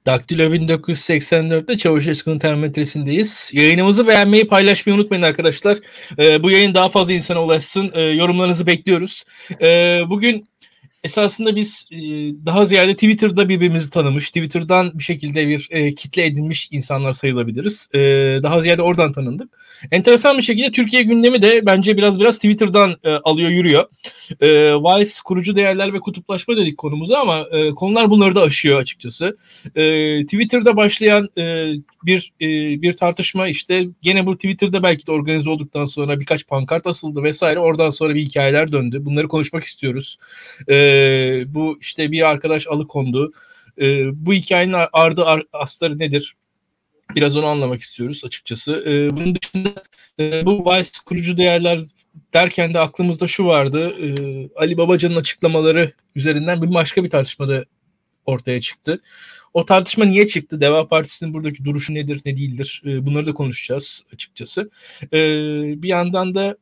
Daktilo 1984'te Çavuşesku'nun termometresindeyiz. Yayınımızı beğenmeyi, paylaşmayı unutmayın arkadaşlar. Bu yayın daha fazla insana ulaşsın. Yorumlarınızı bekliyoruz. Bugün esasında biz daha ziyade Twitter'da birbirimizi tanımış, Twitter'dan bir şekilde bir kitle edinmiş insanlar sayılabiliriz. Daha ziyade oradan tanındık. Enteresan bir şekilde Türkiye gündemi de bence biraz Twitter'dan alıyor, yürüyor. Vice kurucu değerler ve kutuplaşma dedik konumuza ama konular bunları da aşıyor açıkçası. Twitter'da başlayan bir tartışma, işte gene bu Twitter'da belki de organize olduktan sonra birkaç pankart asıldı vesaire. Oradan sonra bir hikayeler döndü. Bunları konuşmak istiyoruz. Bu işte bir arkadaş alıkondu. Bu hikayenin astarı nedir? Biraz onu anlamak istiyoruz açıkçası. Bunun dışında bu Vice kurucu değerler derken de aklımızda şu vardı. Ali Babacan'ın açıklamaları üzerinden bir başka bir tartışma da ortaya çıktı. O tartışma niye çıktı? Deva Partisi'nin buradaki duruşu nedir, ne değildir? Bunları da konuşacağız açıkçası. Bir yandan da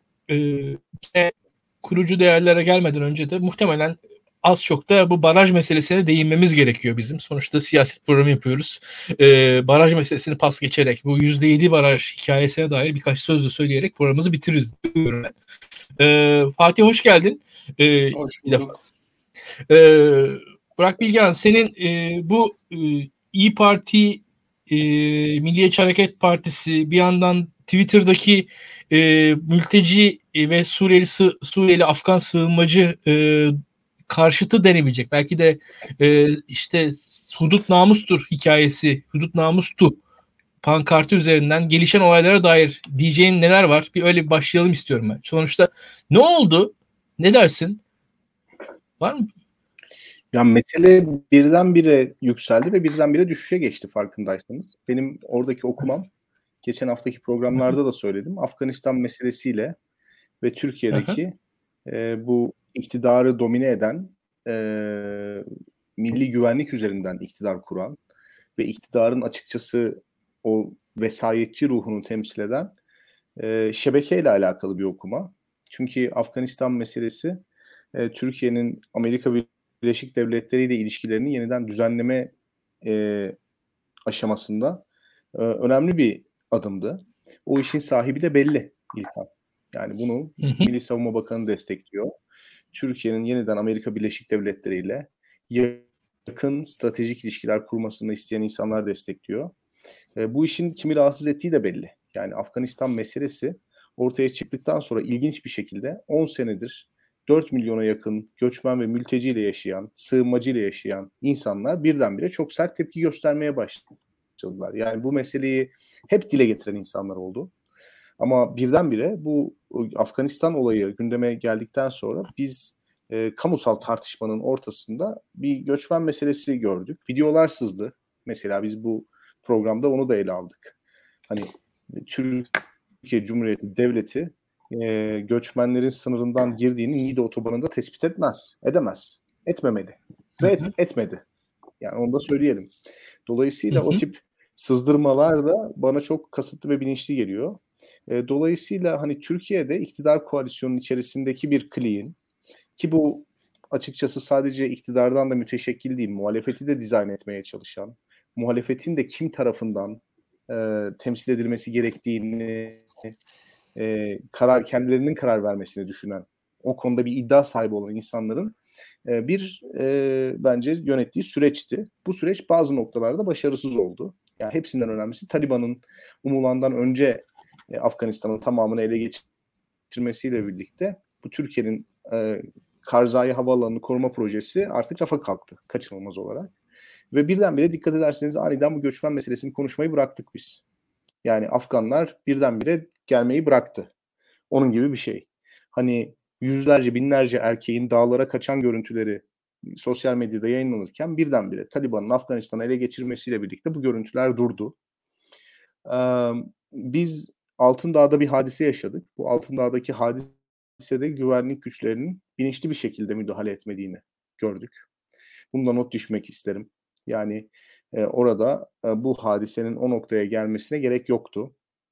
kurucu değerlere gelmeden önce de muhtemelen az çok da bu baraj meselesine değinmemiz gerekiyor bizim. Sonuçta siyaset programı yapıyoruz. Baraj meselesini pas geçerek bu %7 baraj hikayesine dair birkaç söz de söyleyerek programımızı bitiririz diyorum ben. Fatih hoş geldin. Hoş bulduk. Burak Bilgehan, senin bu İYİ Parti, Milliyetçi Hareket Partisi, bir yandan Twitter'daki mülteci ve Suriyeli Afgan sığınmacı karşıtı denebilecek. Belki de işte hudut namustur hikayesi, hudut namustu pankartı üzerinden gelişen olaylara dair diyeceğin neler var? Bir öyle bir başlayalım istiyorum ben. Sonuçta ne oldu? Ne dersin? Var mı? Ya mesele birdenbire yükseldi ve birdenbire düşüşe geçti farkındaysanız. Benim oradaki okumam, geçen haftaki programlarda da söyledim. Afganistan meselesiyle ve Türkiye'deki bu iktidarı domine eden, milli güvenlik üzerinden iktidar kuran ve iktidarın açıkçası o vesayetçi ruhunu temsil eden şebekeyle alakalı bir okuma. Çünkü Afganistan meselesi Türkiye'nin Amerika Birleşik Devletleri ile ilişkilerini yeniden düzenleme aşamasında önemli bir adımdı. O işin sahibi de belli İlkan. Yani bunu Milli Savunma Bakanı destekliyor. Türkiye'nin yeniden Amerika Birleşik Devletleri ile yakın stratejik ilişkiler kurmasını isteyen insanlar destekliyor. Bu işin kimi rahatsız ettiği de belli. Yani Afganistan meselesi ortaya çıktıktan sonra ilginç bir şekilde 10 senedir 4 milyona yakın göçmen ve mülteciyle yaşayan, sığınmacıyla yaşayan insanlar birdenbire çok sert tepki göstermeye başladılar. Yani bu meseleyi hep dile getiren insanlar oldu. Ama birdenbire bu Afganistan olayı gündeme geldikten sonra biz kamusal tartışmanın ortasında bir göçmen meselesi gördük. Videolar sızdı. Mesela biz bu programda onu da ele aldık. Hani Türkiye Cumhuriyeti Devleti göçmenlerin sınırından girdiğini Niğde Otobanı'nda tespit edemez. Etmemeli. Ve etmedi. Yani onu da söyleyelim. Dolayısıyla o tip sızdırmalar da bana çok kasıtlı ve bilinçli geliyor. Dolayısıyla hani Türkiye'de iktidar koalisyonunun içerisindeki bir kliğin, ki bu açıkçası sadece iktidardan da müteşekkil değil, muhalefeti de dizayn etmeye çalışan, muhalefetin de kim tarafından temsil edilmesi gerektiğini kendilerinin karar vermesini düşünen, o konuda bir iddia sahibi olan insanların bence yönettiği süreçti. Bu süreç bazı noktalarda başarısız oldu. Yani hepsinden önemlisi Taliban'ın umulandan önce Afganistan'ın tamamını ele geçirmesiyle birlikte bu Türkiye'nin Karzai Havaalanı'nı koruma projesi artık rafa kalktı kaçınılmaz olarak. Ve birdenbire dikkat ederseniz aniden bu göçmen meselesini konuşmayı bıraktık biz. Yani Afganlar birdenbire gelmeyi bıraktı. Onun gibi bir şey. Hani yüzlerce, binlerce erkeğin dağlara kaçan görüntüleri sosyal medyada yayınlanırken birdenbire Taliban'ın Afganistan'ı ele geçirmesiyle birlikte bu görüntüler durdu. Biz Altındağ'da bir hadise yaşadık. Bu Altındağ'daki hadisede güvenlik güçlerinin bilinçli bir şekilde müdahale etmediğini gördük. Bunda not düşmek isterim. Yani orada bu hadisenin o noktaya gelmesine gerek yoktu.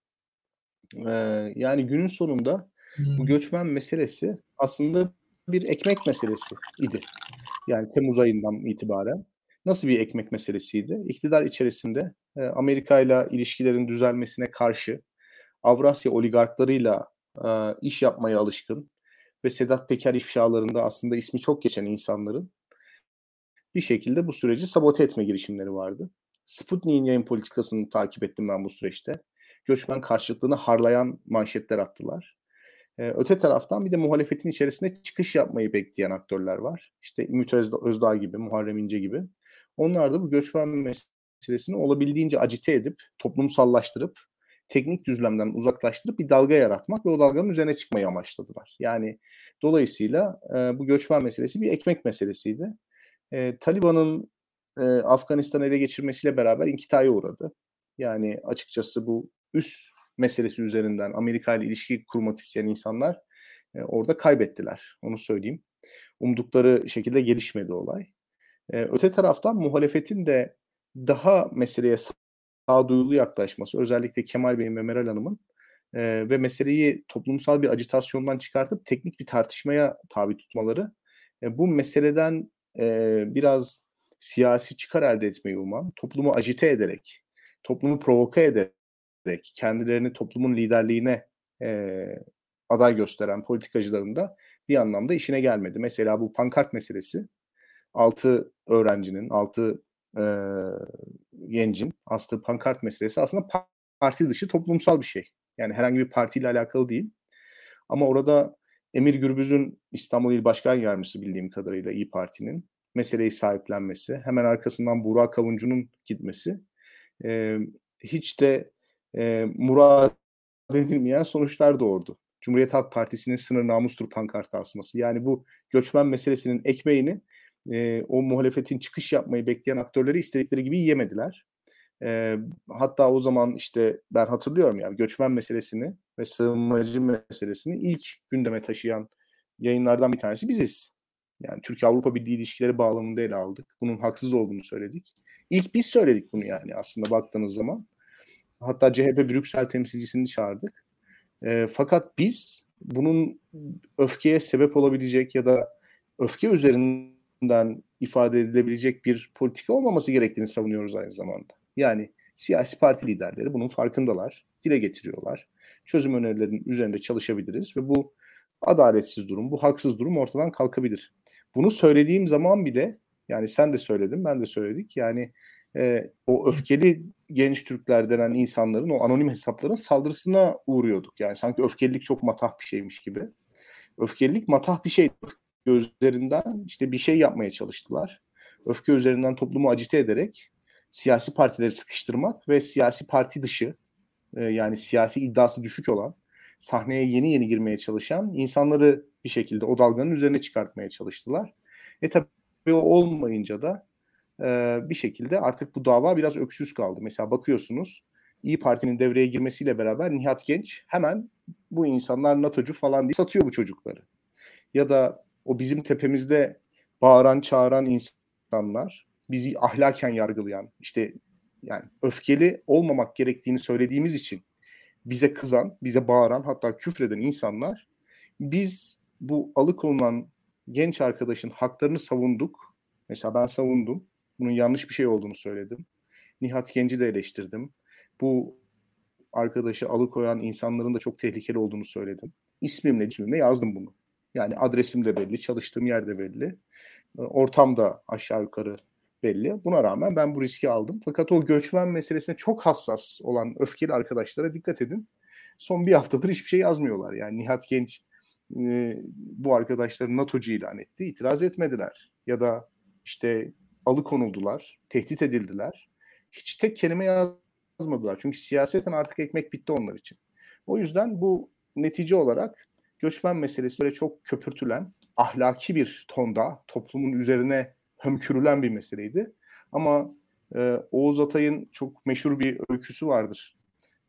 Yani günün sonunda bu göçmen meselesi aslında bir ekmek meselesi idi. Yani Temmuz ayından itibaren. Nasıl bir ekmek meselesiydi? İktidar içerisinde Amerika ile ilişkilerin düzelmesine karşı Avrasya oligarklarıyla iş yapmaya alışkın ve Sedat Peker ifşalarında aslında ismi çok geçen insanların bir şekilde bu süreci sabote etme girişimleri vardı. Sputnik'in yayın politikasını takip ettim ben bu süreçte. Göçmen karşıtlığını harlayan manşetler attılar. Öte taraftan bir de muhalefetin içerisinde çıkış yapmayı bekleyen aktörler var. İşte Ümit Özdağ gibi, Muharrem İnce gibi. Onlar da bu göçmen meselesini olabildiğince acite edip, toplumsallaştırıp, teknik düzlemden uzaklaştırıp bir dalga yaratmak ve o dalganın üzerine çıkmayı amaçladılar. Yani dolayısıyla bu göçmen meselesi bir ekmek meselesiydi. Taliban'ın Afganistan'ı ele geçirmesiyle beraber inkitaya uğradı. Yani açıkçası bu üst meselesi üzerinden Amerika ile ilişki kurmak isteyen insanlar orada kaybettiler. Onu söyleyeyim. Umdukları şekilde gelişmedi olay. Öte taraftan muhalefetin de daha meseleye sağduyulu yaklaşması, özellikle Kemal Bey'in ve Meral Hanım'ın ve meseleyi toplumsal bir acitasyondan çıkartıp teknik bir tartışmaya tabi tutmaları, bu meseleden biraz siyasi çıkar elde etmeyi uman, toplumu agite ederek, toplumu provoke ederek, kendilerini toplumun liderliğine aday gösteren politikacıların da bir anlamda işine gelmedi. Mesela bu pankart meselesi, 6 öğrencinin, 6 gencin astığı pankart meselesi aslında parti dışı toplumsal bir şey. Yani herhangi bir partiyle alakalı değil. Ama orada Emir Gürbüz'ün İstanbul İl Başkan Yardımcısı bildiğim kadarıyla İYİ Parti'nin meseleyi sahiplenmesi, hemen arkasından Burak Kavuncu'nun gitmesi hiç de murad edilmeyen sonuçlar doğurdu. Cumhuriyet Halk Partisi'nin sınır namustur pankartı asması. Yani bu göçmen meselesinin ekmeğini o muhalefetin çıkış yapmayı bekleyen aktörleri istedikleri gibi yiyemediler. Hatta o zaman işte ben hatırlıyorum yani göçmen meselesini ve sığınmacı meselesini ilk gündeme taşıyan yayınlardan bir tanesi biziz. Yani Türkiye-Avrupa Birliği ilişkileri bağlamında ele aldık. Bunun haksız olduğunu söyledik. İlk biz söyledik bunu yani aslında baktığınız zaman. Hatta CHP Brüksel temsilcisini çağırdık. Fakat biz bunun öfkeye sebep olabilecek ya da öfke üzerinden ifade edilebilecek bir politika olmaması gerektiğini savunuyoruz aynı zamanda. Yani siyasi parti liderleri bunun farkındalar, dile getiriyorlar. Çözüm önerilerinin üzerinde çalışabiliriz ve bu adaletsiz durum, bu haksız durum ortadan kalkabilir. Bunu söylediğim zaman bile, yani sen de söyledin, ben de söyledik. Yani o öfkeli genç Türkler denen insanların, o anonim hesapların saldırısına uğruyorduk. Yani sanki öfkelilik çok matah bir şeymiş gibi. Öfkelilik matah bir şey. Öfke üzerinden işte bir şey yapmaya çalıştılar. Öfke üzerinden toplumu acite ederek siyasi partileri sıkıştırmak ve siyasi parti dışı, yani siyasi iddiası düşük olan, sahneye yeni yeni girmeye çalışan insanları bir şekilde o dalganın üzerine çıkartmaya çalıştılar. Tabii o olmayınca da bir şekilde artık bu dava biraz öksüz kaldı. Mesela bakıyorsunuz İyi Parti'nin devreye girmesiyle beraber Nihat Genç hemen bu insanlar NATO'cu falan diye satıyor bu çocukları. Ya da o bizim tepemizde bağıran çağıran insanlar, bizi ahlaken yargılayan, işte yani öfkeli olmamak gerektiğini söylediğimiz için bize kızan, bize bağıran, hatta küfreden insanlar, biz bu alıkonulan genç arkadaşın haklarını savunduk. Mesela ben savundum. Bunun yanlış bir şey olduğunu söyledim. Nihat Genç'i de eleştirdim. Bu arkadaşı alıkoyan insanların da çok tehlikeli olduğunu söyledim. İsmimle yazdım bunu. Yani adresim de belli, çalıştığım yer de belli. Ortam da aşağı yukarı belli. Buna rağmen ben bu riski aldım. Fakat o göçmen meselesine çok hassas olan öfkeli arkadaşlara dikkat edin. Son bir haftadır hiçbir şey yazmıyorlar. Yani Nihat Genç bu arkadaşları NATO'cu ilan etti. İtiraz etmediler. Ya da işte alıkonuldular, tehdit edildiler. Hiç tek kelime yazmadılar. Çünkü siyaseten artık ekmek bitti onlar için. O yüzden bu netice olarak göçmen meselesi böyle çok köpürtülen, ahlaki bir tonda toplumun üzerine hömkürülen bir meseleydi. Ama Oğuz Atay'ın çok meşhur bir öyküsü vardır.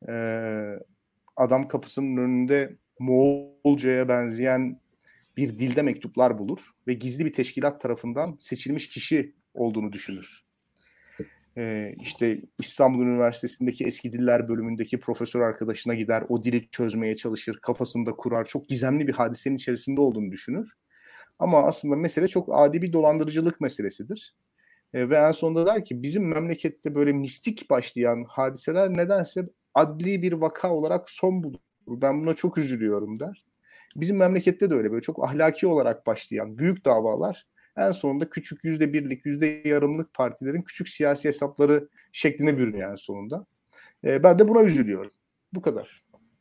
Adam kapısının önünde Moğolca'ya benzeyen bir dilde mektuplar bulur ve gizli bir teşkilat tarafından seçilmiş kişi olduğunu düşünür. İşte İstanbul Üniversitesi'ndeki eski diller bölümündeki profesör arkadaşına gider, o dili çözmeye çalışır, kafasında kurar, çok gizemli bir hadisenin içerisinde olduğunu düşünür. Ama aslında mesele çok adi bir dolandırıcılık meselesidir. Ve en sonunda der ki bizim memlekette böyle mistik başlayan hadiseler nedense adli bir vaka olarak son bulur. Ben buna çok üzülüyorum der. Bizim memlekette de öyle böyle çok ahlaki olarak başlayan büyük davalar en sonunda küçük %1'lik, %yarımlık partilerin küçük siyasi hesapları şekline bürünüyor en sonunda. Ben de buna üzülüyorum. Bu kadar.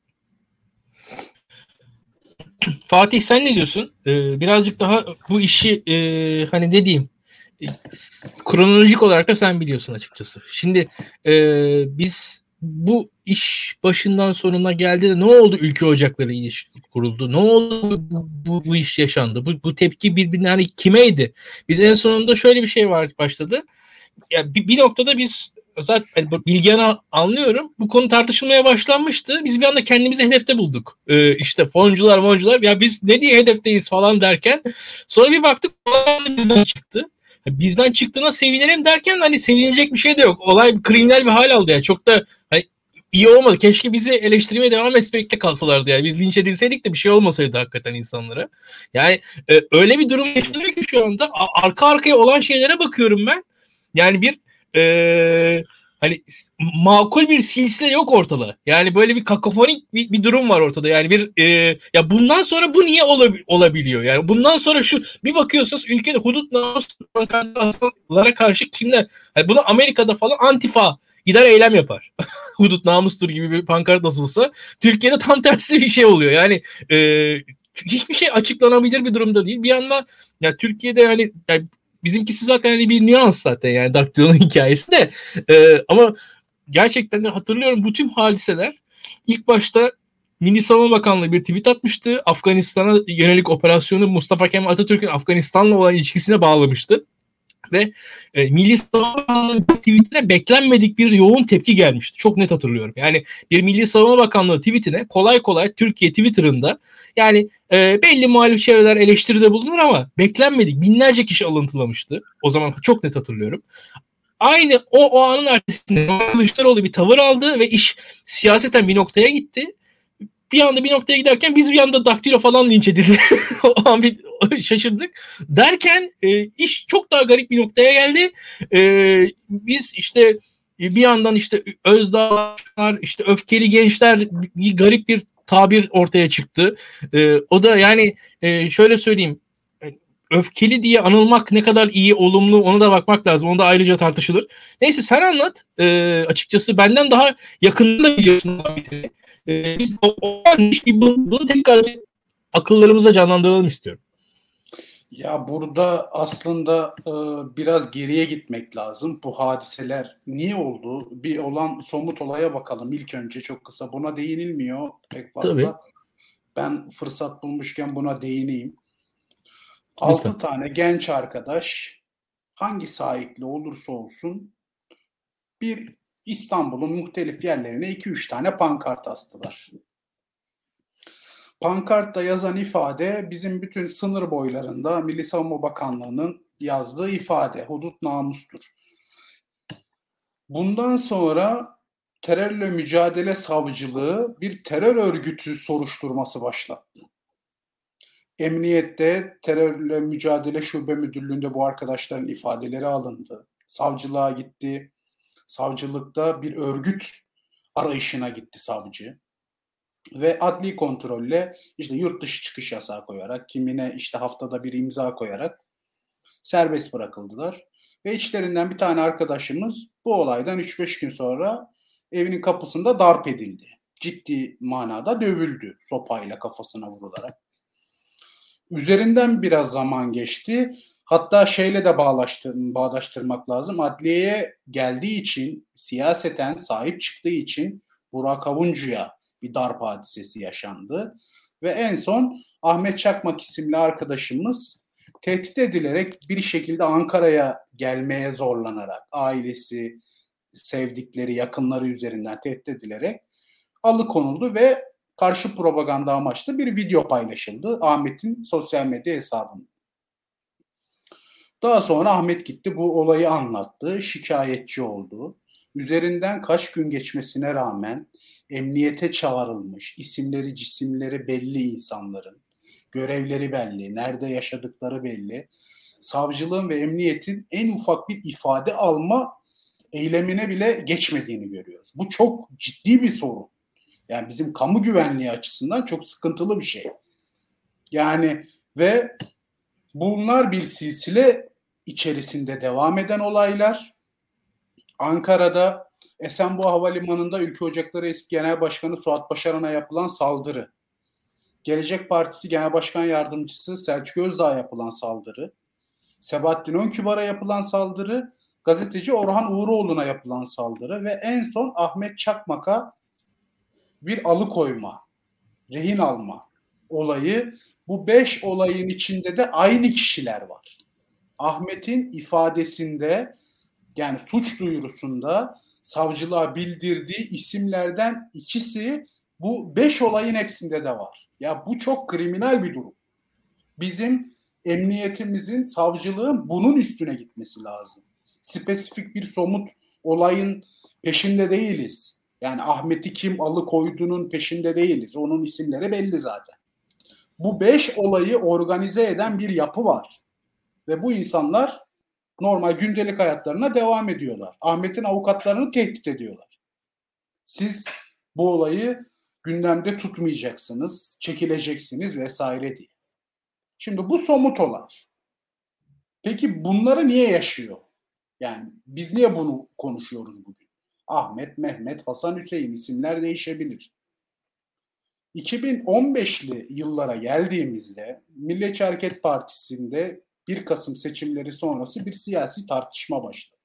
Fatih sen ne diyorsun? Birazcık daha bu işi hani ne diyeyim kronolojik olarak da sen biliyorsun açıkçası. Şimdi biz bu iş başından sonuna geldi de ne oldu ülke ocakları ilişki kuruldu? Ne oldu bu iş yaşandı? Bu tepki birbirine hani kimeydi? Biz en sonunda şöyle bir şey var başladı. Ya bir noktada biz zaten yani Bilgehan'ı anlıyorum. Bu konu tartışılmaya başlanmıştı. Biz bir anda kendimizi hedefte bulduk. İşte foncular ya biz ne diye hedefteyiz falan derken sonra bir baktık bizden çıktı. Bizden çıktığına sevinelim derken hani sevinecek bir şey de yok. Olay kriminal bir hal aldı ya. Çok da hani iyi olmadı. Keşke bizi eleştirmeye devam etmekte kalsalardı yani. Biz linç edilseydik de bir şey olmasaydı hakikaten insanlara. Yani öyle bir durum yaşanıyor ki şu anda arka arkaya olan şeylere bakıyorum ben. Yani bir hani makul bir silsile yok ortada. Yani böyle bir kakofonik bir durum var ortada. Yani bir ya bundan sonra bu niye olabiliyor? Yani bundan sonra şu bir bakıyorsunuz ülkede hudut namuslara karşı kimler? Yani bunu Amerika'da falan Antifa gider eylem yapar. Hudut namustur gibi bir pankart asılsa Türkiye'de tam tersi bir şey oluyor. Yani hiçbir şey açıklanabilir bir durumda değil. Bir yandan ya Türkiye'de yani bizimkisi zaten hani bir nüans zaten yani Daktilo'nun hikayesi de ama gerçekten de hatırlıyorum bu tüm hadiseler ilk başta Milli Savunma Bakanlığı bir tweet atmıştı. Afganistan'a yönelik operasyonu Mustafa Kemal Atatürk'ün Afganistan'la olan ilişkisine bağlamıştı. Ve Milli Savunma Bakanlığı tweetine beklenmedik bir yoğun tepki gelmişti. Çok net hatırlıyorum. Yani bir Milli Savunma Bakanlığı tweetine kolay kolay Türkiye Twitter'ında yani belli muhalif çevreler eleştiride bulunur ama beklenmedik binlerce kişi alıntılamıştı. O zaman çok net hatırlıyorum. Aynı o anın ertesinde Kılıçdaroğlu bir tavır aldı ve iş siyaseten bir noktaya gitti. Bir anda bir noktaya giderken biz bir anda daktilo falan linç edildi. O an bir şaşırdık. Derken iş çok daha garip bir noktaya geldi. Biz işte bir yandan işte Özdağlar, işte öfkeli gençler bir garip bir tabir ortaya çıktı. O da yani şöyle söyleyeyim. Öfkeli diye anılmak ne kadar iyi, olumlu ona da bakmak lazım. Onu da ayrıca tartışılır. Neyse sen anlat. Açıkçası benden daha yakında biliyorsun. Biz bunu tekrar akıllarımızda canlandıralım istiyorum. Ya burada aslında biraz geriye gitmek lazım. Bu hadiseler niye oldu? Bir olan somut olaya bakalım ilk önce çok kısa. Buna değinilmiyor pek fazla. Tabii. Ben fırsat bulmuşken buna değineyim. Lütfen. 6 tane genç arkadaş hangi sahipli olursa olsun bir İstanbul'un muhtelif yerlerine 2-3 tane pankart astılar. Pankartta yazan ifade bizim bütün sınır boylarında Milli Savunma Bakanlığı'nın yazdığı ifade. Hudut namustur. Bundan sonra terörle mücadele savcılığı bir terör örgütü soruşturması başlattı. Emniyette terörle mücadele şube müdürlüğünde bu arkadaşların ifadeleri alındı. Savcılığa gitti. Savcılıkta bir örgüt arayışına gitti savcı. Ve adli kontrolle işte yurt dışı çıkış yasağı koyarak, kimine işte haftada bir imza koyarak serbest bırakıldılar. Ve içlerinden bir tane arkadaşımız bu olaydan 3-5 gün sonra evinin kapısında darp edildi. Ciddi manada dövüldü sopayla kafasına vurularak. Üzerinden biraz zaman geçti. Hatta şeyle de bağdaştırmak lazım. Adliyeye geldiği için, siyaseten sahip çıktığı için Burak Avuncu'ya bir darp hadisesi yaşandı. Ve en son Ahmet Çakmak isimli arkadaşımız tehdit edilerek bir şekilde Ankara'ya gelmeye zorlanarak, ailesi, sevdikleri, yakınları üzerinden tehdit edilerek alıkonuldu ve karşı propaganda amaçlı bir video paylaşıldı Ahmet'in sosyal medya hesabında. Daha sonra Ahmet gitti bu olayı anlattı, şikayetçi oldu. Üzerinden kaç gün geçmesine rağmen emniyete çağrılmış, isimleri cisimleri belli insanların, görevleri belli, nerede yaşadıkları belli. savcılığın ve emniyetin en ufak bir ifade alma eylemine bile geçmediğini görüyoruz. Bu çok ciddi bir sorun. Yani bizim kamu güvenliği açısından çok sıkıntılı bir şey. Yani ve bunlar bir silsile içerisinde devam eden olaylar. Ankara'da Esenboğa Havalimanı'nda Ülke Ocakları eski Genel Başkanı Suat Başaran'a yapılan saldırı. Gelecek Partisi Genel Başkan Yardımcısı Selçuk Özdağ'a yapılan saldırı. Sebahattin Önkübar'a yapılan saldırı. Gazeteci Orhan Uğuroğlu'na yapılan saldırı ve en son Ahmet Çakmak'a bir alıkoyma, rehin alma olayı. Bu 5 olayın içinde de aynı kişiler var. Ahmet'in ifadesinde, yani suç duyurusunda savcılığa bildirdiği isimlerden ikisi bu 5 olayın hepsinde de var. Ya bu çok kriminal bir durum. Bizim emniyetimizin, savcılığın bunun üstüne gitmesi lazım. Spesifik bir somut olayın peşinde değiliz. Yani Ahmet'i kim alıkoyduğunun peşinde değiliz. Onun isimleri belli zaten. Bu 5 olayı organize eden bir yapı var. Ve bu insanlar normal gündelik hayatlarına devam ediyorlar. Ahmet'in avukatlarını tehdit ediyorlar. Siz bu olayı gündemde tutmayacaksınız, çekileceksiniz vesaire diye. Şimdi bu somut olay. Peki bunları niye yaşıyor? Yani biz niye bunu konuşuyoruz bugün? Ahmet, Mehmet, Hasan, Hüseyin isimler değişebilir. 2015'li yıllara geldiğimizde Milliyetçi Hareket Partisi'nde 1 Kasım seçimleri sonrası bir siyasi tartışma başladı.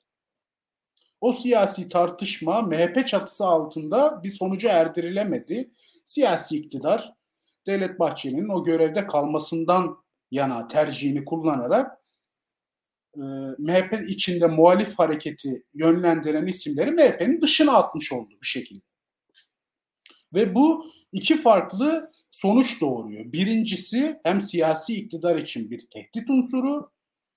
O siyasi tartışma MHP çatısı altında bir sonuca erdirilemedi. Siyasi iktidar Devlet Bahçeli'nin o görevde kalmasından yana tercihini kullanarak MHP içinde muhalif hareketi yönlendiren isimleri MHP'nin dışına atmış oldu bir şekilde. Ve bu iki farklı sonuç doğuruyor. Birincisi hem siyasi iktidar için bir tehdit unsuru,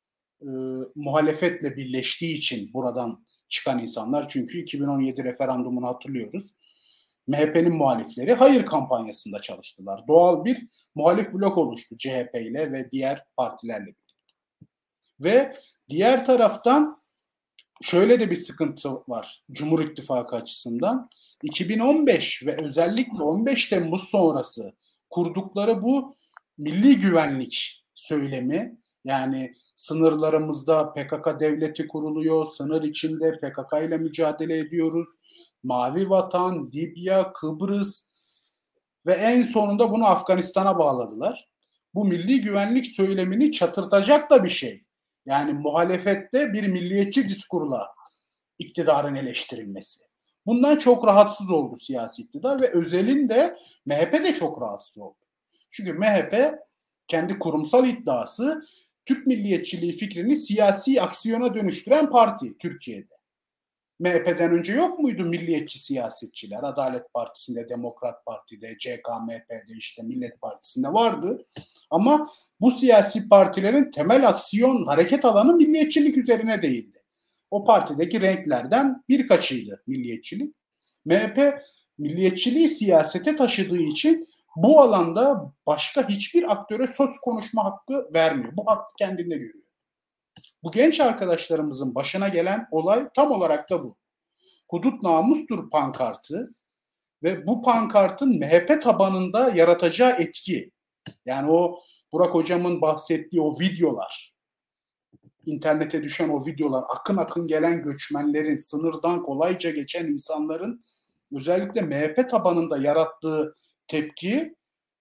muhalefetle birleştiği için buradan çıkan insanlar, çünkü 2017 referandumunu hatırlıyoruz. MHP'nin muhalifleri hayır kampanyasında çalıştılar. Doğal bir muhalif blok oluştu CHP ile ve diğer partilerle birlikte. Ve diğer taraftan şöyle de bir sıkıntı var Cumhur İttifakı açısından. 2015 ve özellikle 15 Temmuz sonrası kurdukları bu milli güvenlik söylemi, yani sınırlarımızda PKK devleti kuruluyor, sınır içinde PKK ile mücadele ediyoruz, Mavi Vatan, Libya, Kıbrıs ve en sonunda bunu Afganistan'a bağladılar. Bu milli güvenlik söylemini çatırtacak da bir şey. Yani muhalefette bir milliyetçi diskurla iktidarın eleştirilmesi. Bundan çok rahatsız oldu siyasi iktidar ve özelinde MHP de çok rahatsız oldu. Çünkü MHP kendi kurumsal iddiası Türk milliyetçiliği fikrini siyasi aksiyona dönüştüren parti Türkiye'de. MHP'den önce yok muydu milliyetçi siyasetçiler? Adalet Partisi'nde, Demokrat Parti'de, CKMP'de, işte Millet Partisi'nde vardı. Ama bu siyasi partilerin temel aksiyon, hareket alanı milliyetçilik üzerine değildi. O partideki renklerden birkaçıydı milliyetçilik. MHP milliyetçiliği siyasete taşıdığı için bu alanda başka hiçbir aktöre söz konuşma hakkı vermiyor. Bu hakkı kendinde görüyor. Bu genç arkadaşlarımızın başına gelen olay tam olarak da bu. Hudut namustur pankartı ve bu pankartın MHP tabanında yaratacağı etki. Yani o Burak hocamın bahsettiği o videolar, internete düşen o videolar, akın akın gelen göçmenlerin, sınırdan kolayca geçen insanların özellikle MHP tabanında yarattığı tepki,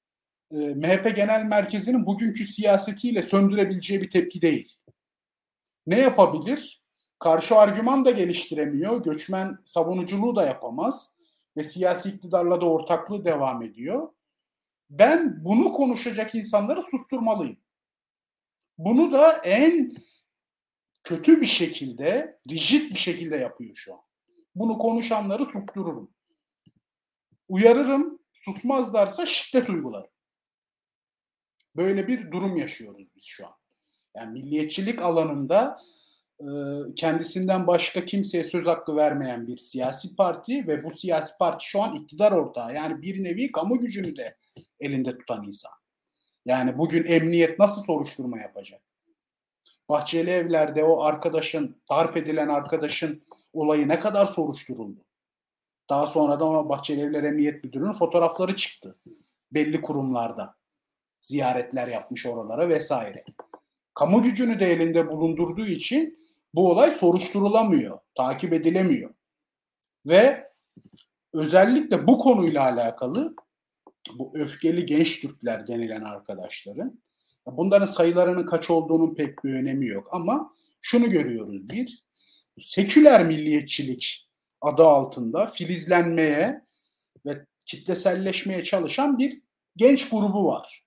MHP Genel Merkezi'nin bugünkü siyasetiyle söndürebileceği bir tepki değil. Ne yapabilir? Karşı argüman da geliştiremiyor, göçmen savunuculuğu da yapamaz ve siyasi iktidarla da ortaklığı devam ediyor. Ben bunu konuşacak insanları susturmalıyım. Bunu da en kötü bir şekilde, rigid bir şekilde yapıyor şu an. Bunu konuşanları sustururum. Uyarırım, susmazlarsa şiddet uygularım. Böyle bir durum yaşıyoruz biz şu an. Yani milliyetçilik alanında kendisinden başka kimseye söz hakkı vermeyen bir siyasi parti ve bu siyasi parti şu an iktidar ortağı. Yani bir nevi kamu gücünü de elinde tutan insan. Yani bugün emniyet nasıl soruşturma yapacak? Bahçeli Evler'de o arkadaşın, darp edilen arkadaşın olayı ne kadar soruşturuldu? Daha sonra da o Bahçeli Evler Emniyet Müdürü'nün fotoğrafları çıktı. Belli kurumlarda ziyaretler yapmış oralara vesaire. Kamu gücünü de elinde bulundurduğu için bu olay soruşturulamıyor, takip edilemiyor. Ve özellikle bu konuyla alakalı bu öfkeli genç Türkler denilen arkadaşların, bunların sayılarının kaç olduğunun pek bir önemi yok ama şunu görüyoruz: bir, seküler milliyetçilik adı altında filizlenmeye ve kitleselleşmeye çalışan bir genç grubu var.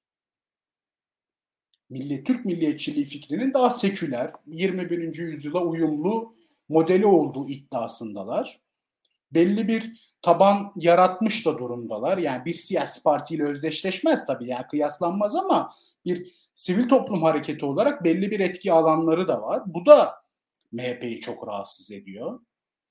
Türk milliyetçiliği fikrinin daha seküler, 21. yüzyıla uyumlu modeli olduğu iddiasındalar. Belli bir taban yaratmış da durumdalar. Yani bir siyasi partiyle özdeşleşmez tabii, yani kıyaslanmaz, ama bir sivil toplum hareketi olarak belli bir etki alanları da var. Bu da MHP'yi çok rahatsız ediyor.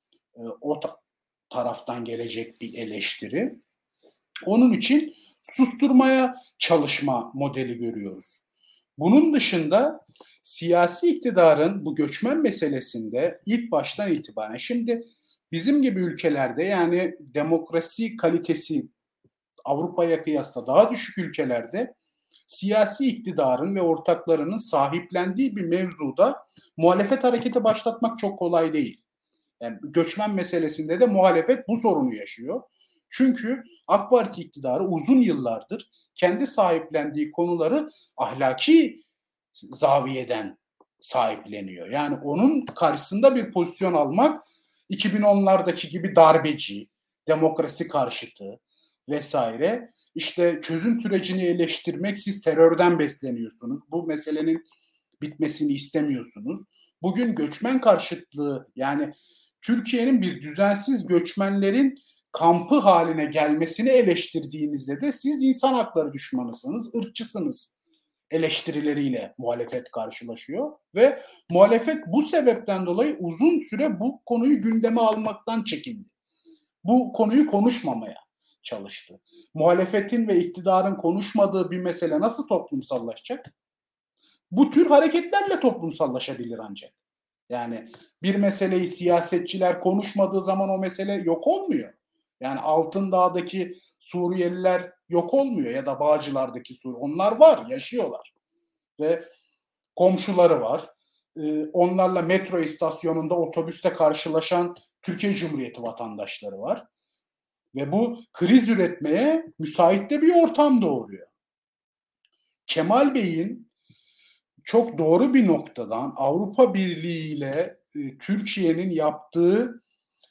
O taraftan gelecek bir eleştiri. Onun için susturmaya çalışma modeli görüyoruz. Bunun dışında siyasi iktidarın bu göçmen meselesinde ilk baştan itibaren, şimdi bizim gibi ülkelerde, yani demokrasi kalitesi Avrupa'ya kıyasla daha düşük ülkelerde, siyasi iktidarın ve ortaklarının sahiplendiği bir mevzuda muhalefet hareketi başlatmak çok kolay değil. Yani göçmen meselesinde de muhalefet bu sorunu yaşıyor. Çünkü AK Parti iktidarı uzun yıllardır kendi sahiplendiği konuları ahlaki zaviyeden sahipleniyor. Yani onun karşısında bir pozisyon almak 2010'lardaki gibi darbeci, demokrasi karşıtı vesaire, işte çözüm sürecini eleştirmek, siz terörden besleniyorsunuz, bu meselenin bitmesini istemiyorsunuz. Bugün göçmen karşıtlığı, yani Türkiye'nin bir düzensiz göçmenlerin kampı haline gelmesini eleştirdiğinizde de siz insan hakları düşmanısınız, ırkçısınız eleştirileriyle muhalefet karşılaşıyor ve muhalefet bu sebepten dolayı uzun süre bu konuyu gündeme almaktan çekindi. Bu konuyu konuşmamaya çalıştı. Muhalefetin ve iktidarın konuşmadığı bir mesele nasıl toplumsallaşacak? Bu tür hareketlerle toplumsallaşabilir ancak. Yani bir meseleyi siyasetçiler konuşmadığı zaman o mesele yok olmuyor. Yani Altındağ'daki Suriyeliler yok olmuyor ya da Bağcılar'daki Suriyeliler. Onlar var, yaşıyorlar. Ve komşuları var. Onlarla metro istasyonunda, otobüste karşılaşan Türkiye Cumhuriyeti vatandaşları var. Ve bu kriz üretmeye müsait de bir ortam doğuruyor. Kemal Bey'in çok doğru bir noktadan Avrupa Birliği ile Türkiye'nin yaptığı,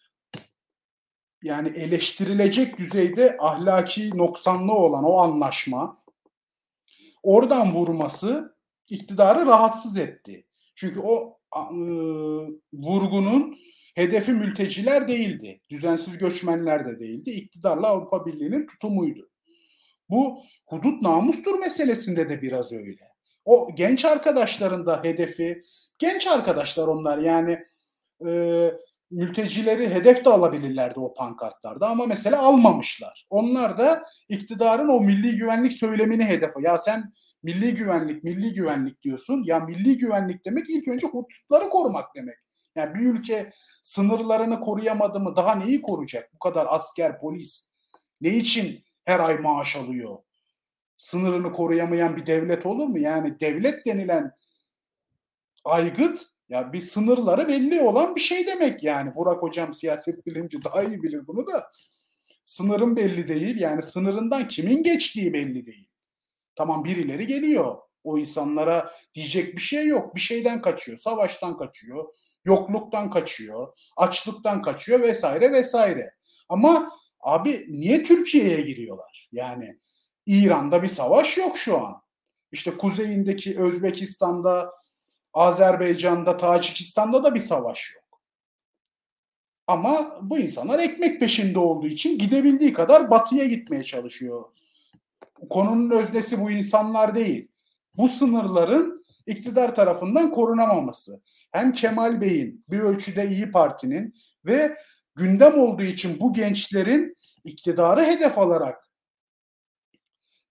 yani eleştirilecek düzeyde ahlaki noksanlığı olan o anlaşma, oradan vurması iktidarı rahatsız etti. Çünkü o vurgunun hedefi mülteciler değildi. Düzensiz göçmenler de değildi. İktidarla Avrupa Birliği'nin tutumuydu. Bu hudut namustur meselesinde de biraz öyle. O genç arkadaşların da hedefi, genç arkadaşlar onlar, yani mültecileri hedef de alabilirlerdi o pankartlarda ama mesela almamışlar. Onlar da iktidarın o milli güvenlik söylemini hedef. Ya sen milli güvenlik diyorsun. Ya milli güvenlik demek ilk önce hudutları korumak demek. Yani bir ülke sınırlarını koruyamadı mı daha neyi koruyacak? Bu kadar asker, polis ne için her ay maaş alıyor? Sınırını koruyamayan bir devlet olur mu? Yani devlet denilen aygıt, ya bir sınırları belli olan bir şey demek yani. Burak hocam siyaset bilimci daha iyi bilir bunu da. Sınırın belli değil, yani sınırından kimin geçtiği belli değil. Tamam, birileri geliyor. O insanlara diyecek bir şey yok. Bir şeyden kaçıyor, savaştan kaçıyor, yokluktan kaçıyor, açlıktan kaçıyor vesaire vesaire. Ama abi niye Türkiye'ye giriyorlar? Yani İran'da bir savaş yok şu an. İşte kuzeyindeki Özbekistan'da, Azerbaycan'da, Tacikistan'da da bir savaş yok. Ama bu insanlar ekmek peşinde olduğu için gidebildiği kadar batıya gitmeye çalışıyor. Konunun öznesi bu insanlar değil. Bu sınırların iktidar tarafından korunamaması. Hem Kemal Bey'in, bir ölçüde İyi Parti'nin ve gündem olduğu için bu gençlerin iktidarı hedef alarak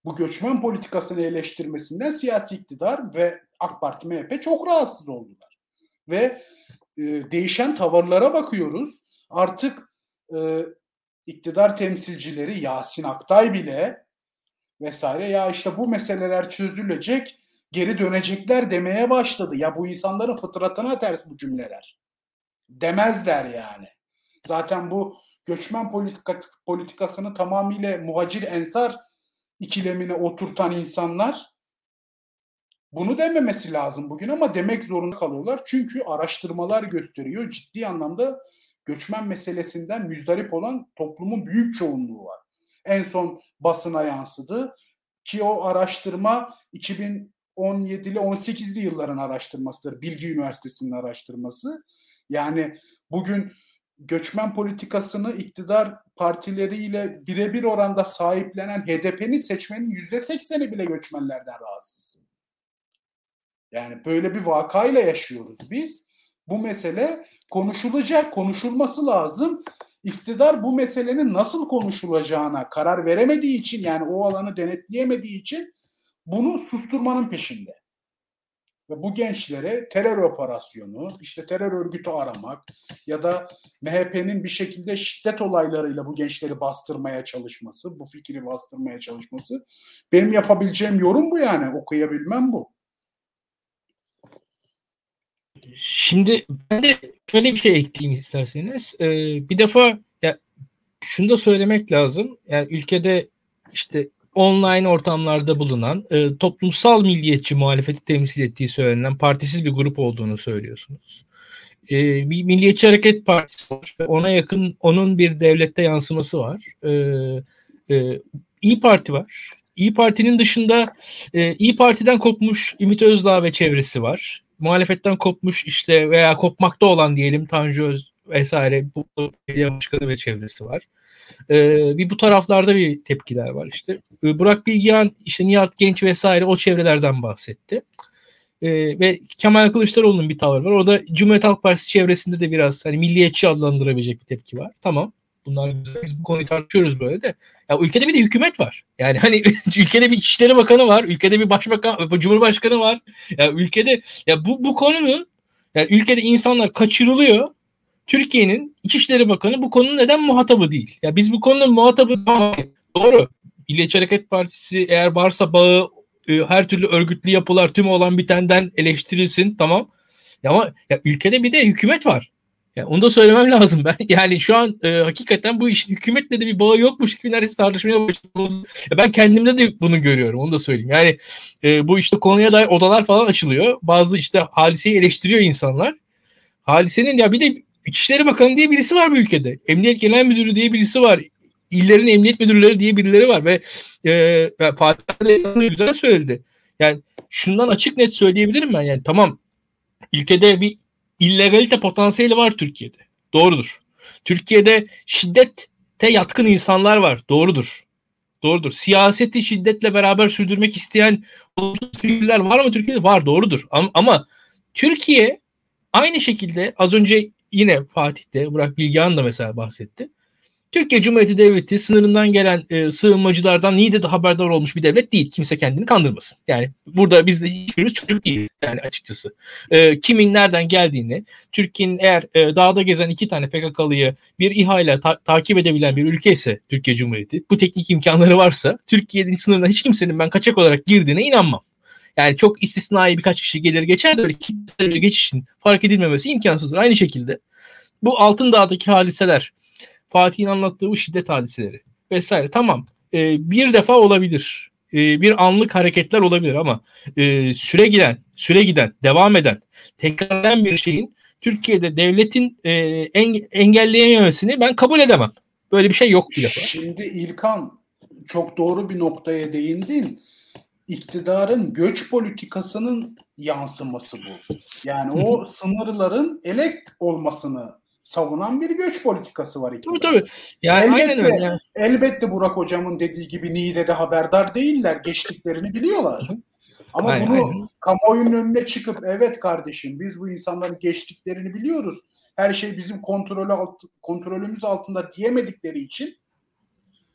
Bu göçmen politikasını eleştirmesinden siyasi iktidar ve AK Parti, MHP çok rahatsız oldular. Ve değişen tavırlara bakıyoruz. Artık iktidar temsilcileri Yasin Aktay bile vesaire ya işte bu meseleler çözülecek, geri dönecekler demeye başladı. Ya bu insanların fıtratına ters bu cümleler. Demezler yani. Zaten bu göçmen politikasını tamamıyla muhacir ensar ikilemine oturtan insanlar bunu dememesi lazım bugün ama demek zorunda kalıyorlar. Çünkü araştırmalar gösteriyor ciddi anlamda göçmen meselesinden müzdarip olan toplumun büyük çoğunluğu var. En son basına yansıdı ki o araştırma 2017'li 18'li yılların araştırmasıdır. Bilgi Üniversitesi'nin araştırması. Yani bugün göçmen politikasını iktidar partileriyle birebir oranda sahiplenen HDP'nin seçmenin %80'i bile göçmenlerden rahatsız. Yani böyle bir vakayla yaşıyoruz biz. Bu mesele konuşulacak, konuşulması lazım. İktidar bu meselenin nasıl konuşulacağına karar veremediği için, yani o alanı denetleyemediği için bunu susturmanın peşinde. Ve bu gençlere terör operasyonu, işte terör örgütü aramak ya da MHP'nin bir şekilde şiddet olaylarıyla bu gençleri bastırmaya çalışması, bu fikri bastırmaya çalışması, benim yapabileceğim yorum bu yani, okuyabilmem bu. Şimdi ben de şöyle bir şey ekleyeyim isterseniz. Bir defa ya şunu da söylemek lazım. Yani ülkede işte online ortamlarda bulunan toplumsal milliyetçi muhalefeti temsil ettiği söylenen partisiz bir grup olduğunu söylüyorsunuz. Bir Milliyetçi Hareket Partisi var. Ona yakın onun bir devlette yansıması var. İYİ Parti var. İYİ Parti'nin dışında İYİ Parti'den kopmuş Ümit Özdağ ve çevresi var. Muhalefetten kopmuş işte veya kopmakta olan diyelim Tanju Öz vesaire bu belediye başkanı ve çevresi var. Bir bu taraflarda bir tepkiler var işte. Burak Bilgehan, işte Nihat Genç vesaire o çevrelerden bahsetti. Ve Kemal Kılıçdaroğlu'nun bir tavrı var. O da Cumhuriyet Halk Partisi çevresinde de biraz hani milliyetçi adlandırabilecek bir tepki var. Tamam. Bunlar güzel. Biz bu konuyu tartışıyoruz böyle de. Ya ülkede bir de hükümet var. Yani hani ülkede bir İçişleri Bakanı var. Ülkede bir başbakan, Cumhurbaşkanı var. Ya ülkede ya bu konunun yani ülkede insanlar kaçırılıyor. Türkiye'nin İçişleri Bakanı bu konunun neden muhatabı değil? Ya biz bu konunun muhatabı doğru. Milliyetçi Hareket Partisi eğer varsa bağı her türlü örgütlü yapılar tüm olan bitenden eleştirilsin tamam. Ya ama ya ülkede bir de hükümet var. Ya onu da söylemem lazım ben. Yani şu an hakikaten bu işin hükümetle de bir bağı yokmuş gibi neredeyse tartışmaya başladığımız. Ben kendimde de bunu görüyorum. Onu da söyleyeyim. Yani bu işte konuya dair odalar falan açılıyor. Bazı işte hadiseyi eleştiriyor insanlar. Hadisenin ya bir de İçişleri Bakanı diye birisi var bu ülkede. Emniyet Genel Müdürü diye birisi var. İllerin emniyet müdürleri diye birileri var ve Fatih Bey güzel söyledi. Yani şundan açık net söyleyebilirim ben. Yani tamam ülkede bir illegalite potansiyeli var Türkiye'de. Doğrudur. Türkiye'de şiddete yatkın insanlar var. Doğrudur. Doğrudur. Siyaseti şiddetle beraber sürdürmek isteyen figürler var mı Türkiye'de? Var. Doğrudur. Ama Türkiye aynı şekilde az önce yine Fatih'te Burak Bilgehan da mesela bahsetti. Türkiye Cumhuriyeti Devleti sınırından gelen sığınmacılardan Niğde'de haberdar olmuş bir devlet değil. Kimse kendini kandırmasın. Yani burada biz de hiçbirimiz çocuk değiliz yani açıkçası. Kimin nereden geldiğini, Türkiye'nin eğer dağda gezen 2 tane PKK'lıyı bir İHA ile takip edebilen bir ülke ise Türkiye Cumhuriyeti, bu teknik imkanları varsa Türkiye'nin sınırına hiç kimsenin ben kaçak olarak girdiğine inanmam. Yani çok istisnai birkaç kişi gelir geçer de öyle kitlesel bir geçişin fark edilmemesi imkansızdır. Aynı şekilde bu Altındağ'daki hadiseler, Fatih'in anlattığı bu şiddet hadiseleri vesaire tamam bir defa olabilir. Bir anlık hareketler olabilir ama süre giden, devam eden, tekrarlayan bir şeyin Türkiye'de devletin engelleyememesini ben kabul edemem. Böyle bir şey yok bir defa. Şimdi İlkan çok doğru bir noktaya değindin. İktidarın göç politikasının yansıması bu. Yani o sınırların elek olmasını savunan bir göç politikası var iktidarın. Tabii. Yani aynen öyle. Yani. Elbette Burak Hocam'ın dediği gibi Niğde'de haberdar değiller. Geçtiklerini biliyorlar. Ama aynen. Kamuoyunun önüne çıkıp evet kardeşim biz bu insanların geçtiklerini biliyoruz. Her şey bizim kontrolümüz altında diyemedikleri için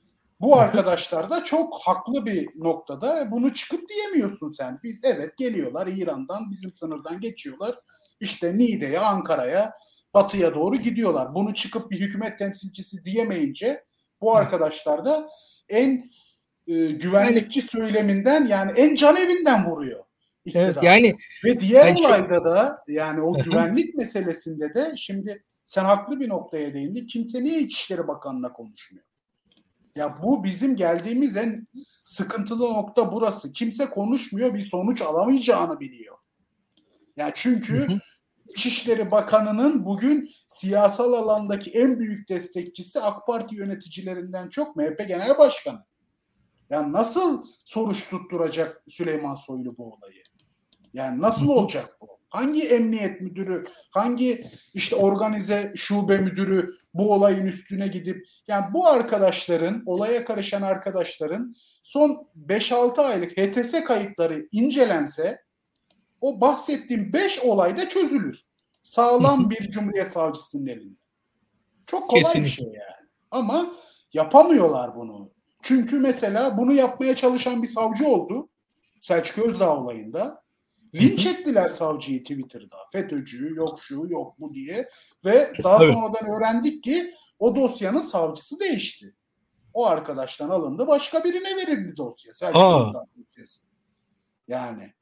Bu arkadaşlar da çok haklı bir noktada bunu çıkıp diyemiyorsun sen. Biz evet geliyorlar İran'dan, bizim sınırdan geçiyorlar. İşte Niğde'ye, Ankara'ya, Batı'ya doğru gidiyorlar. Bunu çıkıp bir hükümet temsilcisi diyemeyince bu arkadaşlar da en güvenlikçi söyleminden, yani en can evinden vuruyor iktidar. Evet, yani ve diğer olayda da, yani o güvenlik meselesinde de şimdi sen haklı bir noktaya değindin. Kimse niye İçişleri Bakanı'na konuşmuyor? Ya bu bizim geldiğimiz en sıkıntılı nokta burası. Kimse konuşmuyor, bir sonuç alamayacağını biliyor. Yani çünkü İçişleri Bakanı'nın bugün siyasal alandaki en büyük destekçisi AK Parti yöneticilerinden çok MHP Genel Başkanı. Yani nasıl soruşturacak Süleyman Soylu bu olayı? Yani nasıl olacak bu? Hangi emniyet müdürü, hangi işte organize şube müdürü bu olayın üstüne gidip, yani bu arkadaşların, olaya karışan arkadaşların son 5-6 aylık HTS kayıtları incelense o bahsettiğim 5 olayda çözülür. Sağlam bir Cumhuriyet Savcısının elinde. Çok kolay Kesinlikle. bir şey yani. Ama yapamıyorlar bunu. Çünkü mesela bunu yapmaya çalışan bir savcı oldu. Selçuk Özdağ olayında. Linç ettiler savcıyı Twitter'da. FETÖ'cü, yok şu, yok bu diye. Ve daha sonradan öğrendik ki o dosyanın savcısı değişti. O arkadaştan alındı, başka birine verildi dosya. Selçuk Özdağ dosyası. Yani.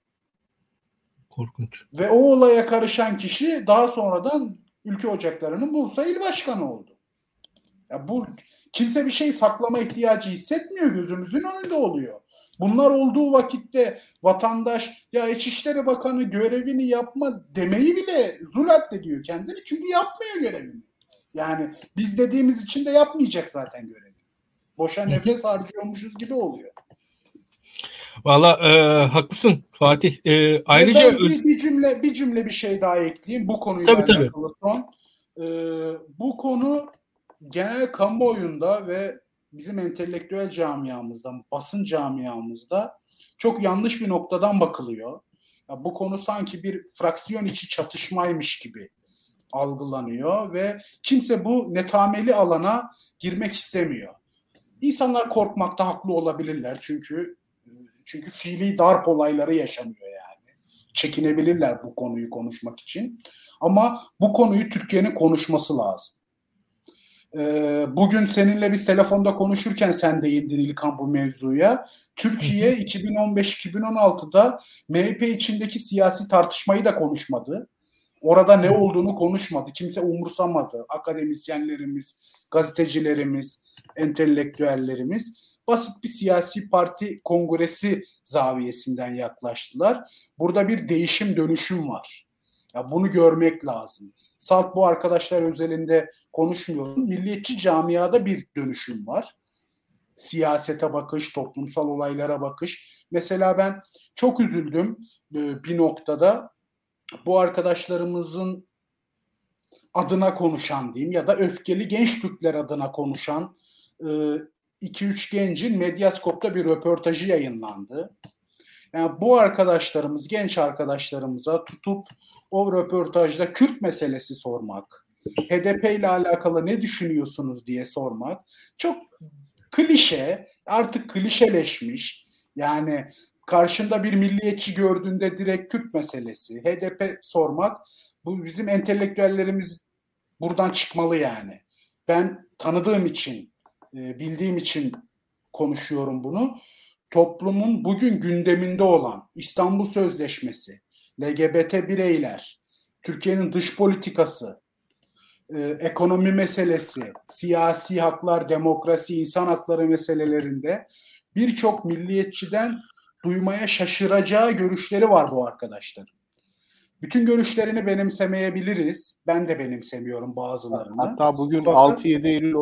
Korkunç. Ve o olaya karışan kişi daha sonradan Ülke Ocakları'nın Bursa İl Başkanı oldu. Ya bu, kimse bir şey saklama ihtiyacı hissetmiyor, gözümüzün önünde oluyor. Bunlar olduğu vakitte vatandaş ya İçişleri Bakanı görevini yapma demeyi bile zul addediyor kendini, çünkü yapmıyor görevini. Yani biz dediğimiz için de yapmayacak zaten görevi. Boşa nefes harcıyormuşuz gibi oluyor. Valla haklısın Fatih. Ayrıca ben bir cümle bir şey daha ekleyeyim bu konuyla alakalı son. Bu konu genel kamuoyunda ve bizim entelektüel camiamızda, basın camiamızda çok yanlış bir noktadan bakılıyor. Ya bu konu sanki bir fraksiyon içi çatışmaymış gibi algılanıyor ve kimse bu netameli alana girmek istemiyor. İnsanlar korkmakta haklı olabilirler, çünkü fiili darp olayları yaşanıyor yani. Çekinebilirler bu konuyu konuşmak için. Ama bu konuyu Türkiye'nin konuşması lazım. Bugün seninle biz telefonda konuşurken sen değindin İlkan bu mevzuya. Türkiye 2015-2016'da MHP içindeki siyasi tartışmayı da konuşmadı. Orada ne olduğunu konuşmadı. Kimse umursamadı. Akademisyenlerimiz, gazetecilerimiz, entelektüellerimiz basit bir siyasi parti kongresi zaviyesinden yaklaştılar. Burada bir değişim, dönüşüm var. Ya bunu görmek lazım. Salt bu arkadaşlar özelinde konuşmuyorum. Milliyetçi camiada bir dönüşüm var. Siyasete bakış, toplumsal olaylara bakış. Mesela ben çok üzüldüm bir noktada. Bu arkadaşlarımızın adına konuşan diyeyim ya da öfkeli genç Türkler adına konuşan 2-3 gencin Medyaskop'ta bir röportajı yayınlandı. Yani bu arkadaşlarımız, genç arkadaşlarımıza tutup o röportajda Kürt meselesi sormak, HDP ile alakalı ne düşünüyorsunuz diye sormak çok klişe, artık klişeleşmiş. Yani karşında bir milliyetçi gördüğünde direkt Kürt meselesi, HDP sormak, bu bizim entelektüellerimiz buradan çıkmalı yani. Ben tanıdığım için, bildiğim için konuşuyorum bunu. Toplumun bugün gündeminde olan İstanbul Sözleşmesi, LGBT bireyler, Türkiye'nin dış politikası, ekonomi meselesi, siyasi haklar, demokrasi, insan hakları meselelerinde birçok milliyetçiden duymaya şaşıracağı görüşleri var bu arkadaşlar. Bütün görüşlerini benimsemeyebiliriz. Ben de benimsemiyorum bazılarını. Hatta bugün 6-7 Eylül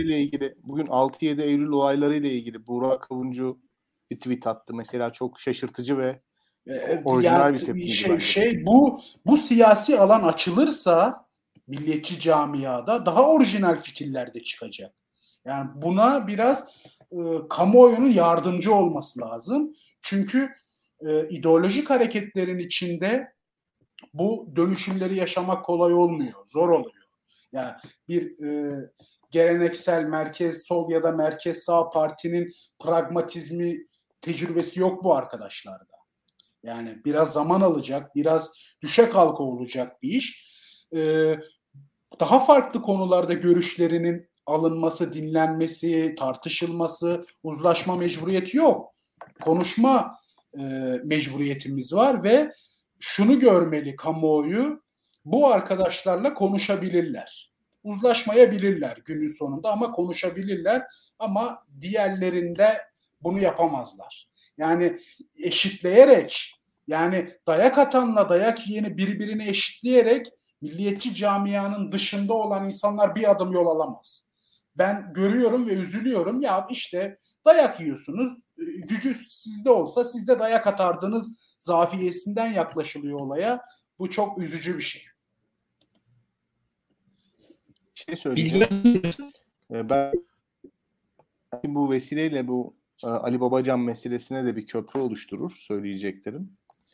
olaylarıyla ilgili Burak Kavuncu bir tweet attı. Mesela çok şaşırtıcı ve orijinal bir tepki. Bu siyasi alan açılırsa milliyetçi camiada daha orijinal fikirler de çıkacak. Yani buna biraz kamuoyunun yardımcı olması lazım. Çünkü ideolojik hareketlerin içinde bu dönüşümleri yaşamak kolay olmuyor, zor oluyor. Yani bir geleneksel merkez sol ya da merkez sağ partinin pragmatizmi, tecrübesi yok bu arkadaşlarda. Yani biraz zaman alacak, biraz düşe kalka olacak bir iş. Daha farklı konularda görüşlerinin alınması, dinlenmesi, tartışılması, uzlaşma mecburiyeti yok. Konuşma mecburiyetimiz var ve şunu görmeli kamuoyu, bu arkadaşlarla konuşabilirler. Uzlaşmayabilirler günün sonunda ama konuşabilirler, ama diğerlerinde bunu yapamazlar. Yani eşitleyerek, yani dayak atanla dayak yiyeni birbirini eşitleyerek milliyetçi camianın dışında olan insanlar bir adım yol alamaz. Ben görüyorum ve üzülüyorum. Ya işte dayak yiyorsunuz, gücü sizde olsa siz de dayak atardınız zafiyesinden yaklaşılıyor olaya. Bu çok üzücü bir şey. Bir şey söyleyeceğim. Ben bu vesileyle bu Ali Babacan meselesine de bir köprü oluşturur söyleyeceklerim.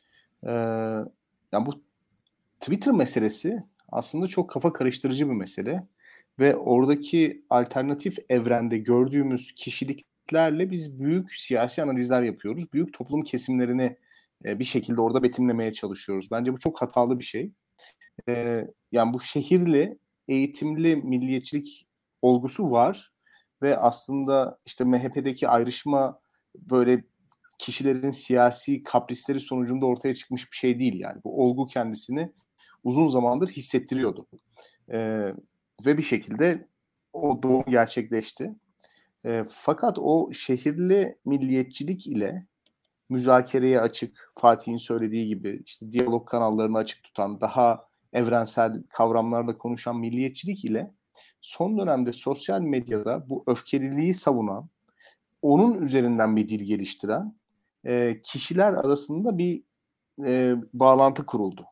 Yani bu Twitter meselesi aslında çok kafa karıştırıcı bir mesele ve oradaki alternatif evrende gördüğümüz kişiliklerle biz büyük siyasi analizler yapıyoruz. Büyük toplum kesimlerini bir şekilde orada betimlemeye çalışıyoruz. Bence bu çok hatalı bir şey. Yani bu şehirli, eğitimli milliyetçilik olgusu var ve aslında işte MHP'deki ayrışma böyle kişilerin siyasi kaprisleri sonucunda ortaya çıkmış bir şey değil yani. Bu olgu kendisini uzun zamandır hissettiriyordu. Ve bir şekilde o doğum gerçekleşti. Fakat o şehirli milliyetçilik ile müzakereye açık, Fatih'in söylediği gibi işte diyalog kanallarını açık tutan, daha evrensel kavramlarla konuşan milliyetçilik ile son dönemde sosyal medyada bu öfkeliliği savunan, onun üzerinden bir dil geliştiren kişiler arasında bir bağlantı kuruldu.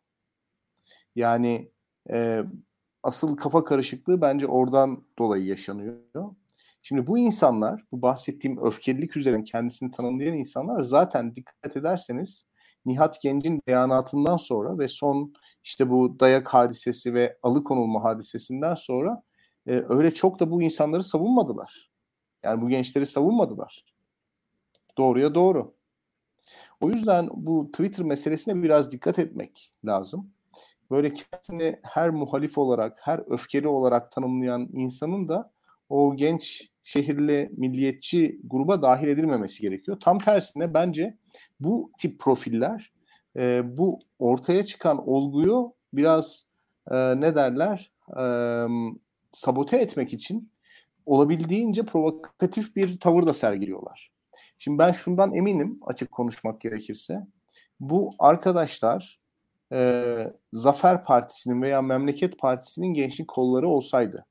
Yani asıl kafa karışıklığı bence oradan dolayı yaşanıyor. Şimdi bu insanlar, bu bahsettiğim öfkelilik üzerine kendisini tanımlayan insanlar zaten dikkat ederseniz Nihat Genç'in beyanatından sonra ve son işte bu dayak hadisesi ve alıkonulma hadisesinden sonra öyle çok da bu insanları savunmadılar. Yani bu gençleri savunmadılar. Doğruya doğru. O yüzden bu Twitter meselesine biraz dikkat etmek lazım. Böyle kendisini her muhalif olarak, her öfkeli olarak tanımlayan insanın da o genç şehirli milliyetçi gruba dahil edilmemesi gerekiyor. Tam tersine bence bu tip profiller bu ortaya çıkan olguyu biraz ne derler sabote etmek için olabildiğince provokatif bir tavır da sergiliyorlar. Şimdi ben şundan eminim, açık konuşmak gerekirse. Bu arkadaşlar Zafer Partisi'nin veya Memleket Partisi'nin gençlik kolları olsaydı,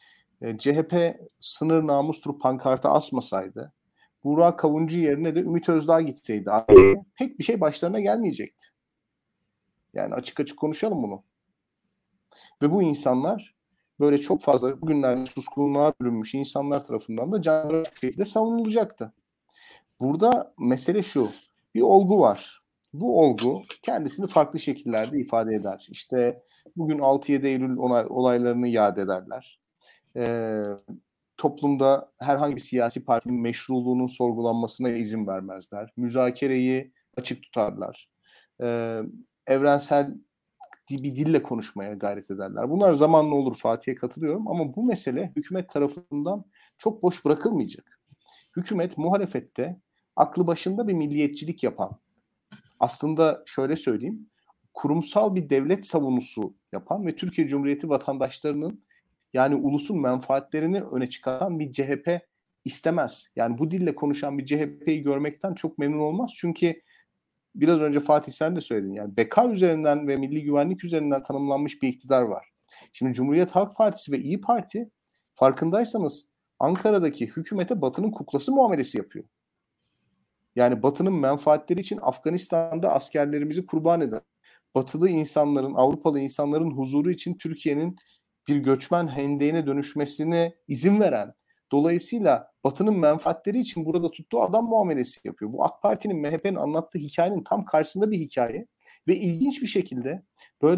CHP sınır namustur pankartı asmasaydı, Burak Kavuncu yerine de Ümit Özdağ gitseydi pek bir şey başlarına gelmeyecekti. Yani açık açık konuşalım bunu. Ve bu insanlar böyle çok fazla bugünlerde suskunluğa bürünmüş insanlar tarafından da canlı bir şekilde savunulacaktı. Burada mesele şu, bir olgu var. Bu olgu kendisini farklı şekillerde ifade eder. İşte bugün 6-7 Eylül olaylarını yad ederler. Toplumda herhangi bir siyasi partinin meşruluğunun sorgulanmasına izin vermezler. Müzakereyi açık tutarlar. Evrensel bir dille konuşmaya gayret ederler. Bunlar zamanla olur, Fatih'e katılıyorum ama bu mesele hükümet tarafından çok boş bırakılmayacak. Hükümet muhalefette aklı başında bir milliyetçilik yapan, aslında şöyle söyleyeyim, kurumsal bir devlet savunusu yapan ve Türkiye Cumhuriyeti vatandaşlarının yani ulusun menfaatlerini öne çıkaran bir CHP istemez. Yani bu dille konuşan bir CHP'yi görmekten çok memnun olmaz. Çünkü biraz önce Fatih sen de söyledin, yani beka üzerinden ve milli güvenlik üzerinden tanımlanmış bir iktidar var. Şimdi Cumhuriyet Halk Partisi ve İyi Parti farkındaysanız Ankara'daki hükümete Batı'nın kuklası muamelesi yapıyor. Yani Batı'nın menfaatleri için Afganistan'da askerlerimizi kurban eden, Batılı insanların, Avrupalı insanların huzuru için Türkiye'nin bir göçmen hendeğine dönüşmesine izin veren, dolayısıyla Batı'nın menfaatleri için burada tuttuğu adam muamelesi yapıyor. Bu AK Parti'nin, MHP'nin anlattığı hikayenin tam karşısında bir hikaye ve ilginç bir şekilde böyle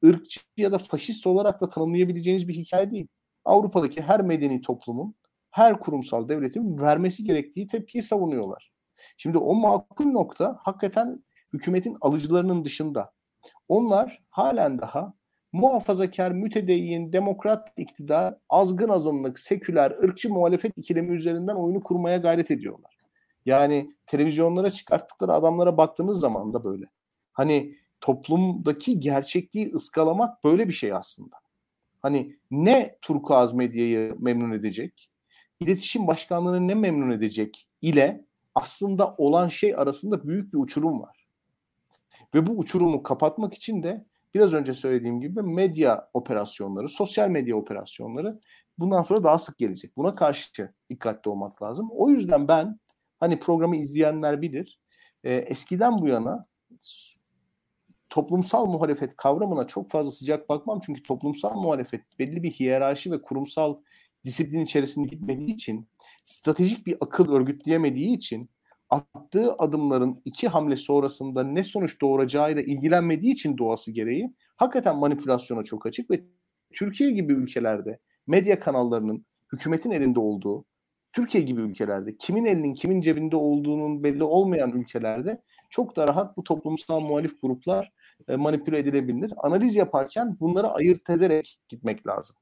ırkçı ya da faşist olarak da tanımlayabileceğiniz bir hikaye değil. Avrupa'daki her medeni toplumun, her kurumsal devletin vermesi gerektiği tepkiyi savunuyorlar. Şimdi o makul nokta hakikaten hükümetin alıcılarının dışında. Onlar halen daha muhafazakar, mütedeyyin, demokrat iktidar, azgın azınlık, seküler, ırkçı muhalefet ikilemi üzerinden oyunu kurmaya gayret ediyorlar. Yani televizyonlara çıkarttıkları adamlara baktığınız zaman da böyle. Hani toplumdaki gerçekliği ıskalamak böyle bir şey aslında. Hani ne turkuaz medyayı memnun edecek, iletişim başkanlığını ne memnun edecek ile aslında olan şey arasında büyük bir uçurum var. Ve bu uçurumu kapatmak için de biraz önce söylediğim gibi medya operasyonları, sosyal medya operasyonları bundan sonra daha sık gelecek. Buna karşı dikkatli olmak lazım. O yüzden ben, hani programı izleyenler bilir, eskiden bu yana toplumsal muhalefet kavramına çok fazla sıcak bakmam. Çünkü toplumsal muhalefet belli bir hiyerarşi ve kurumsal disiplin içerisinde gitmediği için, stratejik bir akıl örgütleyemediği için, attığı adımların 2 hamle sonrasında ne sonuç doğuracağıyla ilgilenmediği için doğası gereği hakikaten manipülasyona çok açık ve Türkiye gibi ülkelerde medya kanallarının hükümetin elinde olduğu, Türkiye gibi ülkelerde kimin elinin kimin cebinde olduğunun belli olmayan ülkelerde çok da rahat bu toplumsal muhalif gruplar manipüle edilebilir. Analiz yaparken bunları ayırt ederek gitmek lazım.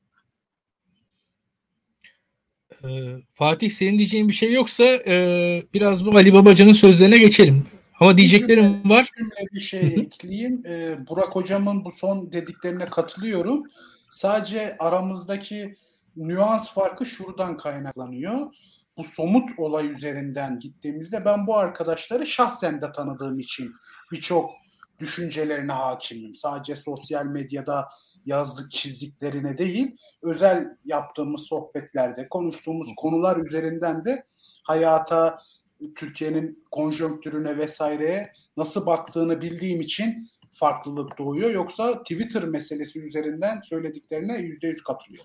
Fatih, senin diyeceğin bir şey yoksa biraz bu Ali Babacan'ın sözlerine geçelim. Ama diyeceklerim var. Bir şey ekleyeyim. Burak Hocam'ın bu son dediklerine katılıyorum. Sadece aramızdaki nüans farkı şuradan kaynaklanıyor. Bu somut olay üzerinden gittiğimizde ben bu arkadaşları şahsen de tanıdığım için birçok düşüncelerine hakimim. Sadece sosyal medyada yazdık çizdiklerine değil, özel yaptığımız sohbetlerde, konuştuğumuz konular üzerinden de hayata, Türkiye'nin konjonktürüne vesaireye nasıl baktığını bildiğim için farklılık doğuyor. Yoksa Twitter meselesi üzerinden söylediklerine %100 katılıyorum.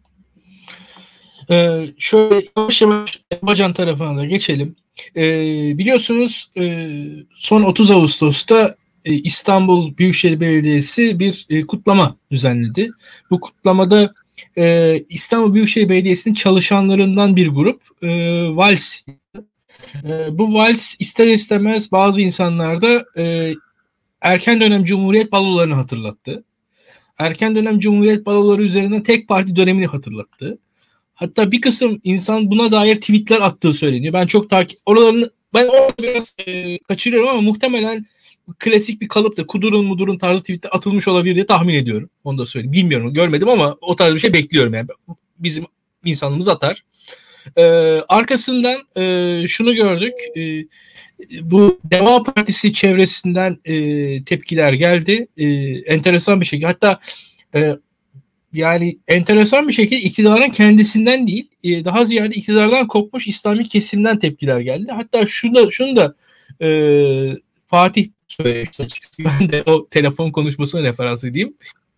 Şöyle yavaş yavaş Babacan tarafına da geçelim. Biliyorsunuz son 30 Ağustos'ta İstanbul Büyükşehir Belediyesi bir kutlama düzenledi. Bu kutlamada İstanbul Büyükşehir Belediyesi'nin çalışanlarından bir grup vals. Bu vals ister istemez bazı insanlarda erken dönem Cumhuriyet balolarını hatırlattı. Erken dönem Cumhuriyet baloları üzerinden tek parti dönemini hatırlattı. Hatta bir kısım insan buna dair tweetler attığı söyleniyor. Ben çok ben orada biraz kaçırıyorum ama muhtemelen klasik bir kalıptır. Kudurun mudurun tarzı tweetler atılmış olabilir diye tahmin ediyorum. Onu da söyleyeyim. Bilmiyorum, görmedim ama o tarz bir şey bekliyorum yani. Bizim insanımız atar. Arkasından şunu gördük. Bu Deva Partisi çevresinden tepkiler geldi. Enteresan bir şekilde. Hatta yani enteresan bir şekilde iktidarın kendisinden değil, daha ziyade iktidardan kopmuş İslami kesimden tepkiler geldi. Hatta şunu da Fatih söylemişti açıkçası. Ben de o telefon konuşmasına referans edeyim.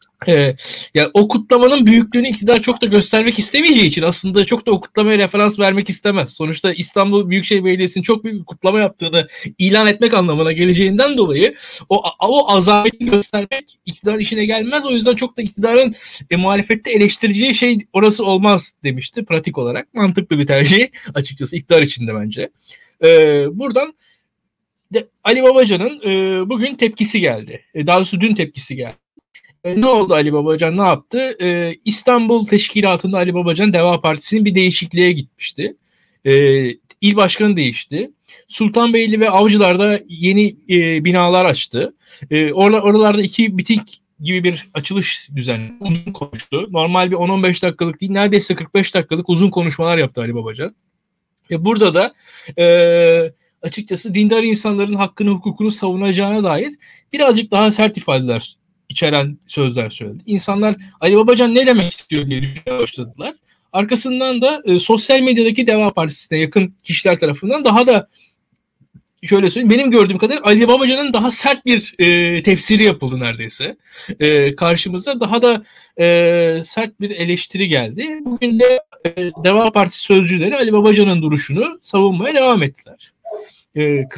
Ya o kutlamanın büyüklüğünü iktidar çok da göstermek istemeyeceği için aslında çok da o kutlamaya referans vermek istemez. Sonuçta İstanbul Büyükşehir Belediyesi'nin çok büyük bir kutlama yaptığını ilan etmek anlamına geleceğinden dolayı o azameti göstermek iktidar işine gelmez. O yüzden çok da iktidarın muhalefette eleştireceği şey orası olmaz demişti pratik olarak. Mantıklı bir tercih açıkçası iktidar içinde bence. Buradan Ali Babacan'ın bugün tepkisi geldi. Daha doğrusu dün tepkisi geldi. Ne oldu Ali Babacan ne yaptı? İstanbul Teşkilatı'nda Ali Babacan Deva Partisi'nin bir değişikliğe gitmişti. İl başkanı değişti. Sultanbeyli ve Avcılar'da yeni binalar açtı. Oralarda 2 miting gibi bir açılış düzenledi. Uzun konuştu. Normal bir 10-15 dakikalık değil, neredeyse 45 dakikalık uzun konuşmalar yaptı Ali Babacan. Burada da açıkçası dindar insanların hakkını, hukukunu savunacağına dair birazcık daha sert ifadeler içeren sözler söyledi. İnsanlar Ali Babacan ne demek istiyor diye düşünmeye başladılar. Arkasından da sosyal medyadaki Deva Partisi'ne yakın kişiler tarafından daha da şöyle söyleyeyim, benim gördüğüm kadar Ali Babacan'ın daha sert bir tefsiri yapıldı neredeyse. Karşımıza daha da sert bir eleştiri geldi. Bugün de Deva Partisi sözcüleri Ali Babacan'ın duruşunu savunmaya devam ettiler.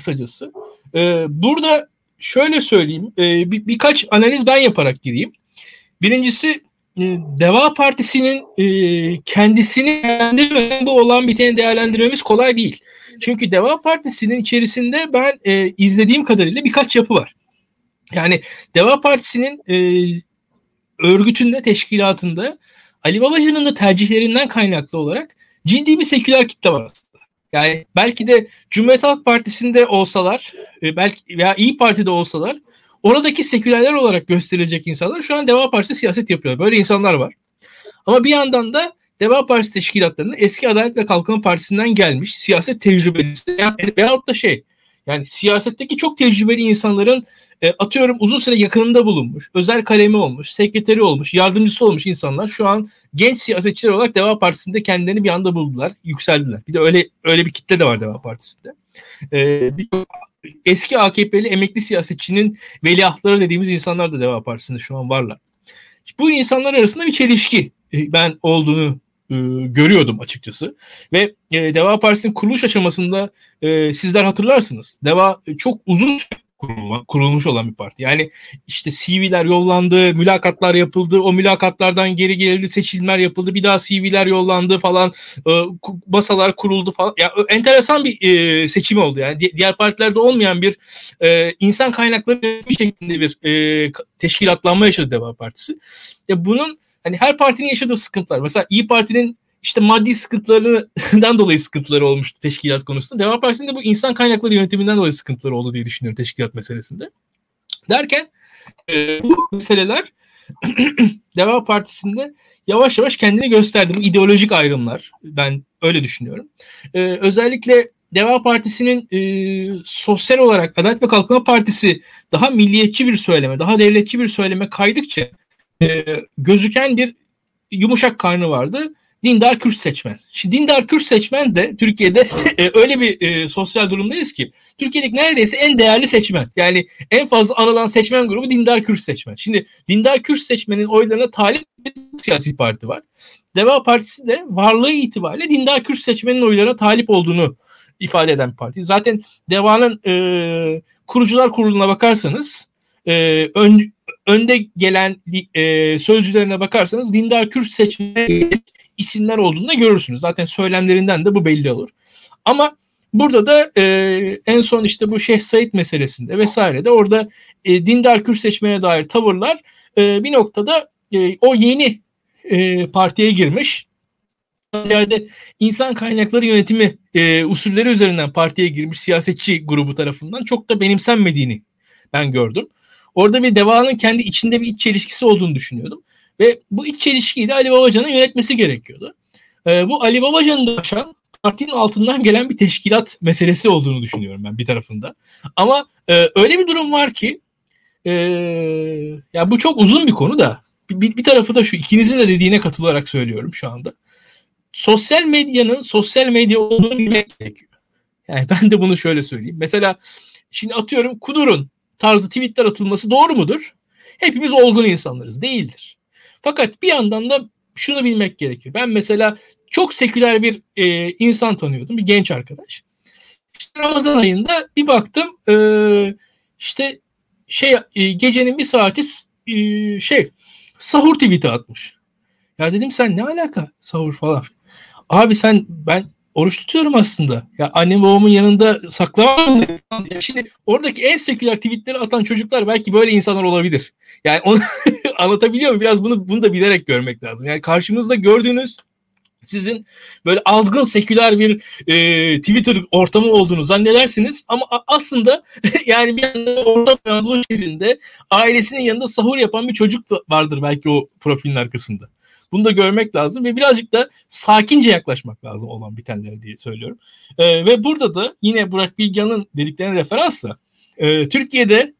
Kısacası. Burada şöyle söyleyeyim, birkaç analiz ben yaparak gireyim. Birincisi Deva Partisi'nin kendisini değerlendirmeden bu olan biteni değerlendirmemiz kolay değil. Çünkü Deva Partisi'nin içerisinde ben izlediğim kadarıyla birkaç yapı var. Yani Deva Partisi'nin örgütünde, teşkilatında Ali Babacan'ın da tercihlerinden kaynaklı olarak ciddi bir seküler kitle var aslında. Yani belki de Cumhuriyet Halk Partisi'nde olsalar, belki veya İYİ Parti'de olsalar, oradaki sekülerler olarak gösterilecek insanlar şu an Deva Partisi siyaset yapıyorlar. Böyle insanlar var. Ama bir yandan da Deva Partisi teşkilatlarının eski Adalet ve Kalkınma Partisi'nden gelmiş siyaset tecrübelisi veyahut da yani siyasetteki çok tecrübeli insanların atıyorum uzun süre yakınında bulunmuş, özel kalemi olmuş, sekreteri olmuş, yardımcısı olmuş insanlar şu an genç siyasetçiler olarak Deva Partisi'nde kendilerini bir anda buldular, yükseldiler. Bir de öyle bir kitle de var Deva Partisi'nde. Eski AKP'li emekli siyasetçinin veliahtları dediğimiz insanlar da Deva Partisi'nde şu an varlar. Bu insanlar arasında bir çelişki ben olduğunu görüyordum açıkçası. Ve Deva Partisi'nin kuruluş aşamasında sizler hatırlarsınız. Deva çok uzun kurulmuş olan bir parti. Yani işte CV'ler yollandı, mülakatlar yapıldı, o mülakatlardan geri gelildi, seçimler yapıldı, bir daha CV'ler yollandı falan, masalar kuruldu falan. Ya enteresan bir seçim oldu yani. Diğer partilerde olmayan bir insan kaynakları şeklinde bir teşkilatlanma yaşadı Deva Partisi. Ya bunun hani her partinin yaşadığı sıkıntılar. Mesela İYİ Parti'nin işte maddi sıkıntılarından dolayı sıkıntıları olmuştu teşkilat konusunda. Deva Partisi'nin de bu insan kaynakları yönetiminden dolayı sıkıntıları oldu diye düşünüyorum teşkilat meselesinde. Derken bu meseleler Deva Partisi'nde yavaş yavaş kendini gösterdi. Bu ideolojik ayrımlar. Ben öyle düşünüyorum. Özellikle Deva Partisi'nin sosyal olarak Adalet ve Kalkınma Partisi daha milliyetçi bir söyleme, daha devletçi bir söyleme kaydıkça gözüken bir yumuşak karnı vardı. Dindar Kürt seçmen. Şimdi dindar Kürt seçmen de Türkiye'de öyle bir sosyal durumdayız ki Türkiye'deki neredeyse en değerli seçmen. Yani en fazla anılan seçmen grubu dindar Kürt seçmen. Şimdi dindar Kürt seçmenin oylarına talip bir siyasi parti var. Deva Partisi de varlığı itibariyle dindar Kürt seçmenin oylarına talip olduğunu ifade eden bir parti. Zaten Deva'nın kurucular kuruluna bakarsanız önde gelen sözcülerine bakarsanız dindar Kürt seçmeni isimler olduğunu da görürsünüz. Zaten söylemlerinden de bu belli olur. Ama burada da en son işte bu Şeyh Said meselesinde vesaire de orada dindar Kürt seçmene dair tavırlar bir noktada o yeni partiye girmiş. Yani insan kaynakları yönetimi usulleri üzerinden partiye girmiş siyasetçi grubu tarafından çok da benimsenmediğini ben gördüm. Orada bir Deva'nın kendi içinde bir iç çelişkisi olduğunu düşünüyordum. Ve bu iç çelişkiyi de Ali Babacan'ın yönetmesi gerekiyordu. Bu Ali Babacan'ın da partinin altından gelen bir teşkilat meselesi olduğunu düşünüyorum ben bir tarafında. Ama öyle bir durum var ki ya bu çok uzun bir konu da bir tarafı da şu, ikinizin de dediğine katılarak söylüyorum şu anda. Sosyal medyanın sosyal medya olduğunu bilmek gerekiyor. Yani ben de bunu şöyle söyleyeyim. Mesela şimdi atıyorum Kudur'un tarzı tweetler atılması doğru mudur? Hepimiz olgun insanlarız. Değildir. Fakat bir yandan da şunu bilmek gerekiyor. Ben mesela çok seküler bir insan tanıyordum. Bir genç arkadaş. İşte Ramazan ayında bir baktım işte gecenin bir saati sahur tweet'i atmış. Ya dedim sen ne alaka sahur falan. Abi ben oruç tutuyorum aslında. Ya annem babamın yanında saklamam. Şimdi oradaki en seküler tweetleri atan çocuklar belki böyle insanlar olabilir. Yani onu anlatabiliyor muyum? Biraz bunu da bilerek görmek lazım. Yani karşımızda gördüğünüz sizin böyle azgın seküler bir Twitter ortamı olduğunu zannedersiniz ama aslında yani bir yanda Orta Anadolu şehrinde ailesinin yanında sahur yapan bir çocuk vardır belki o profilin arkasında. Bunu da görmek lazım ve birazcık da sakince yaklaşmak lazım olan bitenlere diye söylüyorum. Ve burada da yine Burak Bilgehan'ın dediklerine referansla Türkiye'de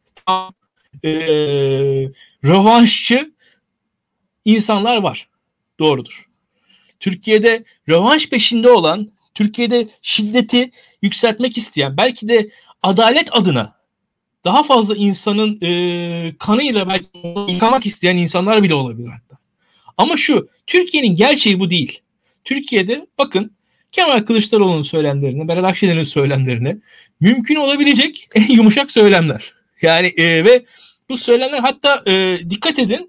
rövanşçı insanlar var. Doğrudur. Türkiye'de rövanş peşinde olan, Türkiye'de şiddeti yükseltmek isteyen, belki de adalet adına daha fazla insanın kanıyla belki yıkamak isteyen insanlar bile olabilir hatta. Ama Türkiye'nin gerçeği bu değil. Türkiye'de bakın Kemal Kılıçdaroğlu'nun söylemlerine, Meral Akşener'in söylemlerine mümkün olabilecek en yumuşak söylemler. Yani ve bu söylemler hatta dikkat edin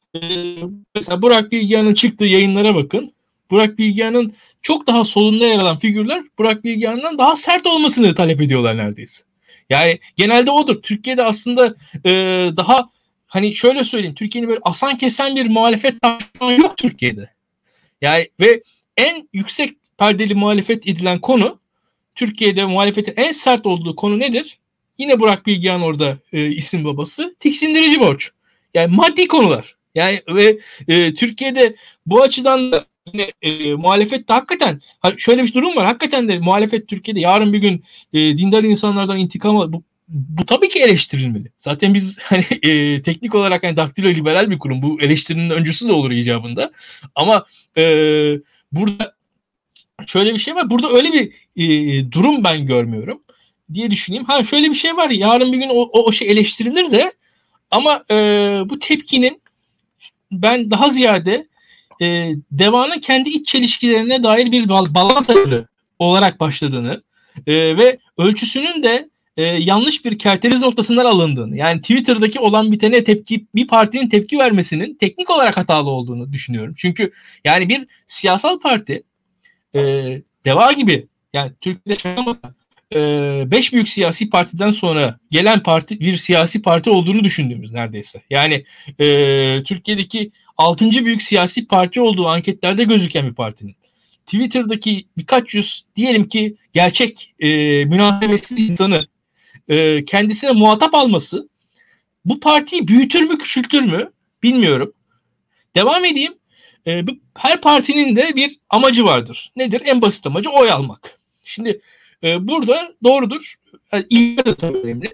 Mesela Burak Bilgehan'ın çıktığı yayınlara bakın. Burak Bilgehan'ın çok daha solunda yer alan figürler Burak Bilgehan'dan daha sert olmasını talep ediyorlar neredeyse. Yani genelde odur. Türkiye'de aslında daha hani şöyle söyleyeyim. Türkiye'nin böyle asan kesen bir muhalefet tartışması yok Türkiye'de. Yani ve en yüksek perdeli muhalefet edilen konu Türkiye'de muhalefetin en sert olduğu konu nedir? Yine Burak Bilgehan orada isim babası. Tiksindirici borç. Yani maddi konular. Yani ve Türkiye'de bu açıdan da yine muhalefette hakikaten şöyle bir durum var. Hakikaten de muhalefet Türkiye'de yarın bir gün dindar insanlardan intikam alır. Bu tabii ki eleştirilmeli. Zaten biz hani teknik olarak hani daktilo liberal bir kurum. Bu eleştirinin öncüsü de olur icabında. Ama burada şöyle bir şey var. Burada öyle bir durum ben görmüyorum diye düşüneyim. Ha şöyle bir şey var. Yarın bir gün o şey eleştirilir de ama bu tepkinin ben daha ziyade DEVA'nın kendi iç çelişkilerine dair bir balans ayarı olarak başladığını ve ölçüsünün de yanlış bir kerteriz noktasından alındığını, yani Twitter'daki olan bitene tepki, bir partinin tepki vermesinin teknik olarak hatalı olduğunu düşünüyorum. Çünkü yani bir siyasal parti DEVA gibi, yani Türkiye'de 5 büyük siyasi partiden sonra gelen parti bir siyasi parti olduğunu düşündüğümüz neredeyse. Yani Türkiye'deki 6. büyük siyasi parti olduğu anketlerde gözüken bir partinin Twitter'daki birkaç yüz diyelim ki gerçek münasebetsiz insanı kendisine muhatap alması bu partiyi büyütür mü küçültür mü bilmiyorum. Devam edeyim. Her partinin de bir amacı vardır. Nedir? En basit amacı oy almak. Şimdi burada doğrudur. İlgi de tabii önemli.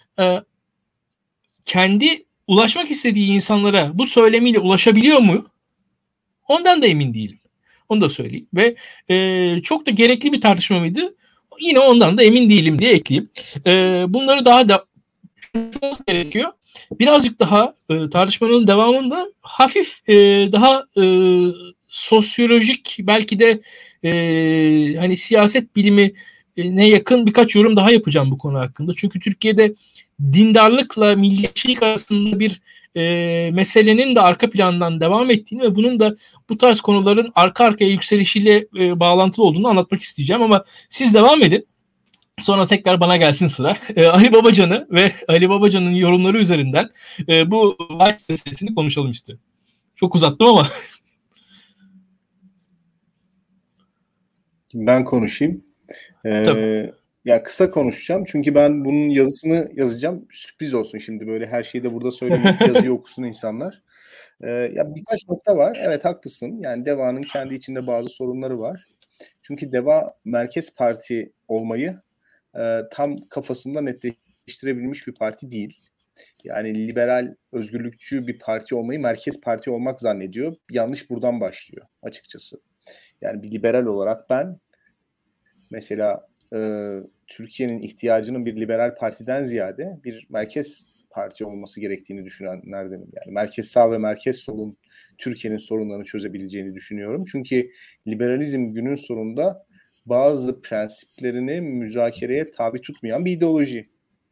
Kendi ulaşmak istediği insanlara bu söylemiyle ulaşabiliyor mu? Ondan da emin değilim. Onu da söyleyeyim. Ve çok da gerekli bir tartışma mıydı? Yine ondan da emin değilim diye ekleyeyim. Bunları daha da gerekiyor. Birazcık daha tartışmanın devamında hafif daha sosyolojik belki de hani siyaset bilimi ne yakın birkaç yorum daha yapacağım bu konu hakkında. Çünkü Türkiye'de dindarlıkla milliyetçilik arasında bir meselenin de arka plandan devam ettiğini ve bunun da bu tarz konuların arka arkaya yükselişiyle bağlantılı olduğunu anlatmak isteyeceğim ama siz devam edin. Sonra tekrar bana gelsin sıra. Ali Babacan'ı ve Ali Babacan'ın yorumları üzerinden bu White meselesini konuşalım istiyorum. Çok uzattım ama. Ben konuşayım. Ya kısa konuşacağım çünkü ben bunun yazısını yazacağım. Sürpriz olsun şimdi böyle her şeyi de burada söylemeyip yazıyı okusun insanlar. Ya birkaç nokta var. Evet haklısın. Yani DEVA'nın kendi içinde bazı sorunları var. Çünkü DEVA merkez parti olmayı tam kafasında netleştirebilmiş bir parti değil. Yani liberal, özgürlükçü bir parti olmayı merkez parti olmak zannediyor. Yanlış buradan başlıyor açıkçası. Yani bir liberal olarak ben mesela Türkiye'nin ihtiyacının bir liberal partiden ziyade bir merkez parti olması gerektiğini düşünenlerdenim. Yani merkez sağ ve merkez solun Türkiye'nin sorunlarını çözebileceğini düşünüyorum. Çünkü liberalizm günün sonunda bazı prensiplerini müzakereye tabi tutmayan bir ideoloji.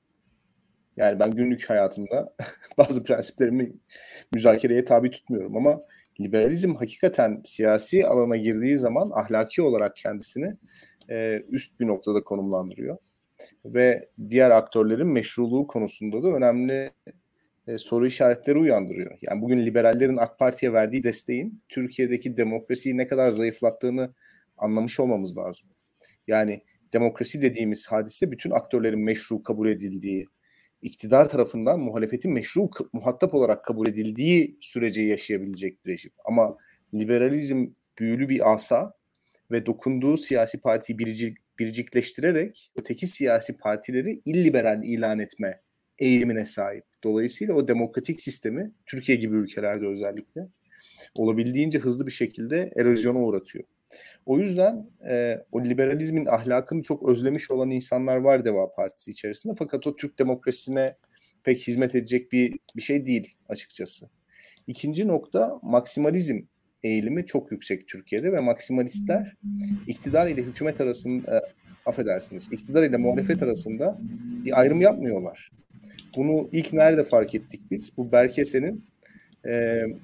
Yani ben günlük hayatımda bazı prensiplerimi müzakereye tabi tutmuyorum ama liberalizm hakikaten siyasi alana girdiği zaman ahlaki olarak kendisini üst bir noktada konumlandırıyor. Ve diğer aktörlerin meşruluğu konusunda da önemli soru işaretleri uyandırıyor. Yani bugün liberallerin AK Parti'ye verdiği desteğin Türkiye'deki demokrasiyi ne kadar zayıflattığını anlamış olmamız lazım. Yani demokrasi dediğimiz hadise bütün aktörlerin meşru kabul edildiği, iktidar tarafından muhalefetin meşru muhatap olarak kabul edildiği sürece yaşayabilecek bir rejim. Ama liberalizm büyülü bir asa ve dokunduğu siyasi partiyi biricikleştirerek öteki siyasi partileri illiberal ilan etme eğilimine sahip. Dolayısıyla o demokratik sistemi Türkiye gibi ülkelerde özellikle olabildiğince hızlı bir şekilde erozyona uğratıyor. O yüzden o liberalizmin ahlakını çok özlemiş olan insanlar var DEVA Partisi içerisinde. Fakat o Türk demokrasisine pek hizmet edecek bir şey değil açıkçası. İkinci nokta, maksimalizm eğilimi çok yüksek Türkiye'de ve maksimalistler iktidar ile hükümet arasında iktidar ile muhalefet arasında bir ayrım yapmıyorlar. Bunu ilk nerede fark ettik biz? Bu Berkese'nin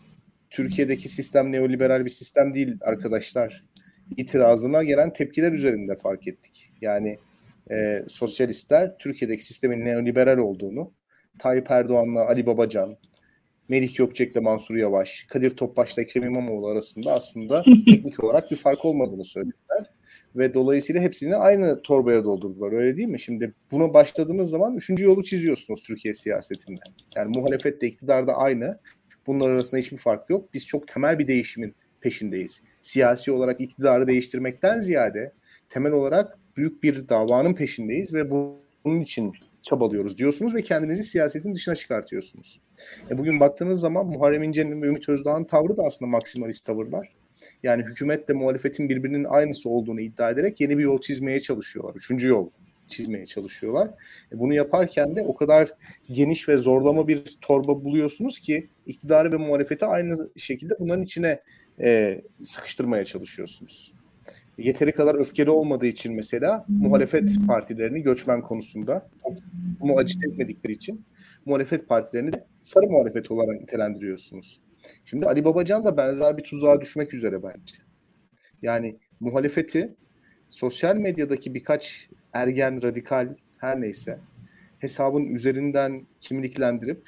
Türkiye'deki sistem neoliberal bir sistem değil arkadaşlar itirazına gelen tepkiler üzerinde fark ettik. Yani sosyalistler Türkiye'deki sistemin neoliberal olduğunu, Tayyip Erdoğan'la Ali Babacan, Melih Gökçek'le Mansur Yavaş, Kadir Topbaş'la Ekrem İmamoğlu arasında aslında teknik olarak bir fark olmadığını söylediler. Ve dolayısıyla hepsini aynı torbaya doldurdular. Öyle değil mi? Şimdi buna başladığınız zaman 3. yolu çiziyorsunuz Türkiye siyasetinde. Yani muhalefetle iktidar da aynı. Bunlar arasında hiçbir fark yok. Biz çok temel bir değişimin peşindeyiz. Siyasi olarak iktidarı değiştirmekten ziyade temel olarak büyük bir davanın peşindeyiz ve bunun için çabalıyoruz diyorsunuz ve kendinizi siyasetin dışına çıkartıyorsunuz. Bugün baktığınız zaman Muharrem İnce'nin ve Ümit Özdağ'ın tavrı da aslında maksimalist tavırlar. Yani hükümetle muhalefetin birbirinin aynısı olduğunu iddia ederek yeni bir yol çizmeye çalışıyorlar. 3. yol çizmeye çalışıyorlar. Bunu yaparken de o kadar geniş ve zorlama bir torba buluyorsunuz ki iktidarı ve muhalefeti aynı şekilde bunların içine sıkıştırmaya çalışıyorsunuz. Yeteri kadar öfkeli olmadığı için mesela muhalefet partilerini göçmen konusunda bunu acite etmedikleri için muhalefet partilerini de sarı muhalefet olarak nitelendiriyorsunuz. Şimdi Ali Babacan da benzer bir tuzağa düşmek üzere bence. Yani muhalefeti sosyal medyadaki birkaç ergen, radikal her neyse hesabın üzerinden kimliklendirip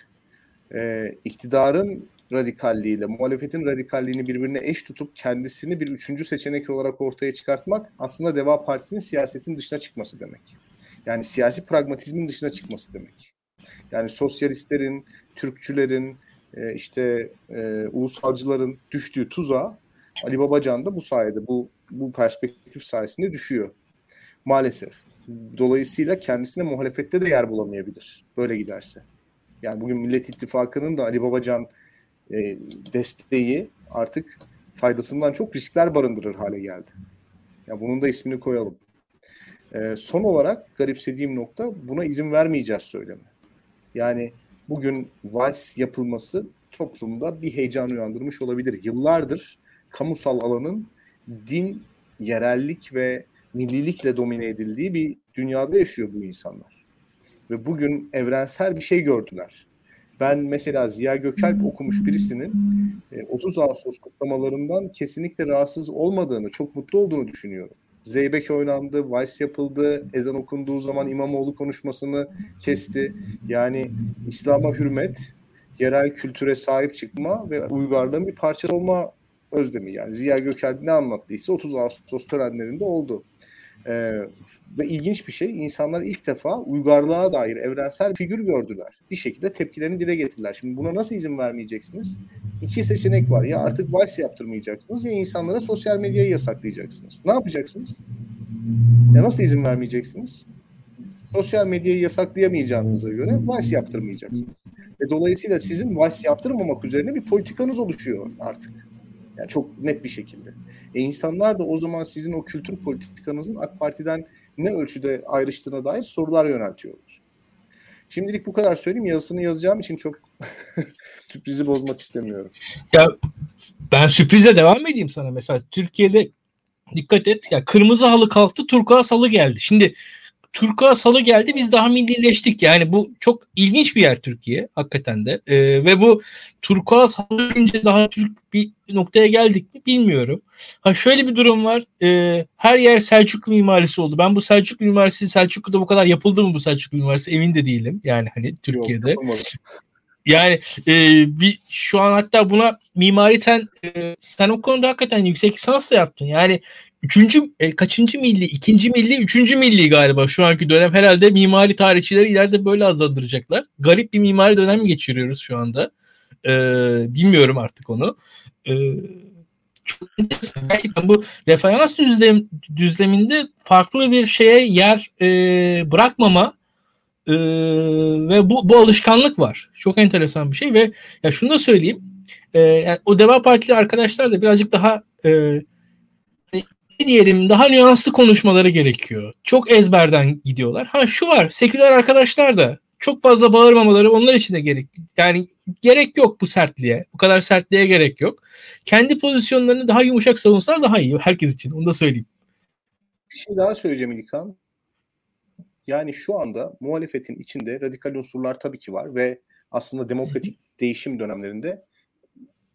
iktidarın radikalliğiyle muhalefetin radikalliğini birbirine eş tutup kendisini bir 3. seçenek olarak ortaya çıkartmak aslında Deva Partisi'nin siyasetin dışına çıkması demek. Yani siyasi pragmatizmin dışına çıkması demek. Yani sosyalistlerin, Türkçülerin, ulusalcıların düştüğü tuzağa Ali Babacan da bu sayede, bu perspektif sayesinde düşüyor. Maalesef. Dolayısıyla kendisine muhalefette de yer bulamayabilir. Böyle giderse. Yani bugün Millet İttifakı'nın da Ali Babacan desteği artık faydasından çok riskler barındırır hale geldi. Yani bunun da ismini koyalım. Son olarak garipsediğim nokta buna izin vermeyeceğiz söylemi. Yani bugün vals yapılması toplumda bir heyecan uyandırmış olabilir. Yıllardır kamusal alanın din, yerellik ve millilikle domine edildiği bir dünyada yaşıyor bu insanlar. Ve bugün evrensel bir şey gördüler. Ben mesela Ziya Gökalp okumuş birisinin 30 Ağustos kutlamalarından kesinlikle rahatsız olmadığını, çok mutlu olduğunu düşünüyorum. Zeybek oynandı, vals yapıldı, ezan okunduğu zaman İmamoğlu konuşmasını kesti. Yani İslam'a hürmet, yerel kültüre sahip çıkma ve uygarlığın bir parçası olma özlemi. Yani Ziya Gökalp ne anlattıysa 30 Ağustos törenlerinde oldu. Ve ilginç bir şey, insanlar ilk defa uygarlığa dair evrensel figür gördüler. Bir şekilde tepkilerini dile getirdiler. Şimdi buna nasıl izin vermeyeceksiniz? 2 seçenek var. Ya artık vals yaptırmayacaksınız ya insanlara sosyal medyayı yasaklayacaksınız. Ne yapacaksınız? Ya nasıl izin vermeyeceksiniz? Sosyal medyayı yasaklayamayacağınıza göre vals yaptırmayacaksınız. Ve dolayısıyla sizin vals yaptırmamak üzerine bir politikanız oluşuyor artık. Yani çok net bir şekilde. İnsanlar da o zaman sizin o kültür politikanızın AK Parti'den ne ölçüde ayrıştığına dair sorular yöneltiyorlar. Şimdilik bu kadar söyleyeyim. Yazısını yazacağım için çok sürprizi bozmak istemiyorum. Ya ben sürprize devam edeyim sana. Mesela Türkiye'de dikkat et. Ya kırmızı halı kalktı, turkuaz halı geldi. Şimdi turkuaz halı geldi, biz daha millileştik. Yani bu çok ilginç bir yer Türkiye hakikaten de. Ve bu turkuaz halı önce daha Türk bir noktaya geldik mi bilmiyorum. Ha şöyle bir durum var. Her yer Selçuklu mimarisi oldu. Ben bu Selçuklu mimarisi, Selçuklu'da bu kadar yapıldı mı bu Selçuklu mimarisi emin de değilim. Yani hani Türkiye'de. Yok, yani bir şu an hatta buna mimariten sen o konuda hakikaten yüksek lisans da yaptın. Yani kaçıncı milli, 2. milli, 3. milli galiba şu anki dönem herhalde mimari tarihçileri ileride böyle adlandıracaklar. Garip bir mimari dönem geçiriyoruz şu anda. Bilmiyorum artık onu. Çok enteresan. Gerçekten bu referans düzleminde farklı bir şeye yer bırakmama ve bu alışkanlık var. Çok enteresan bir şey ve ya şunu da söyleyeyim. Yani o Deva Partili arkadaşlar da birazcık daha ne diyelim daha nüanslı konuşmaları gerekiyor. Çok ezberden gidiyorlar. Ha şu var. Seküler arkadaşlar da çok fazla bağırmamaları onlar için de gerek. Yani gerek yok bu sertliğe. Bu kadar sertliğe gerek yok. Kendi pozisyonlarını daha yumuşak savunsalar daha iyi herkes için. Onu da söyleyeyim. Bir şey daha söyleyeceğim İlkan. Yani şu anda muhalefetin içinde radikal unsurlar tabii ki var ve aslında demokratik değişim dönemlerinde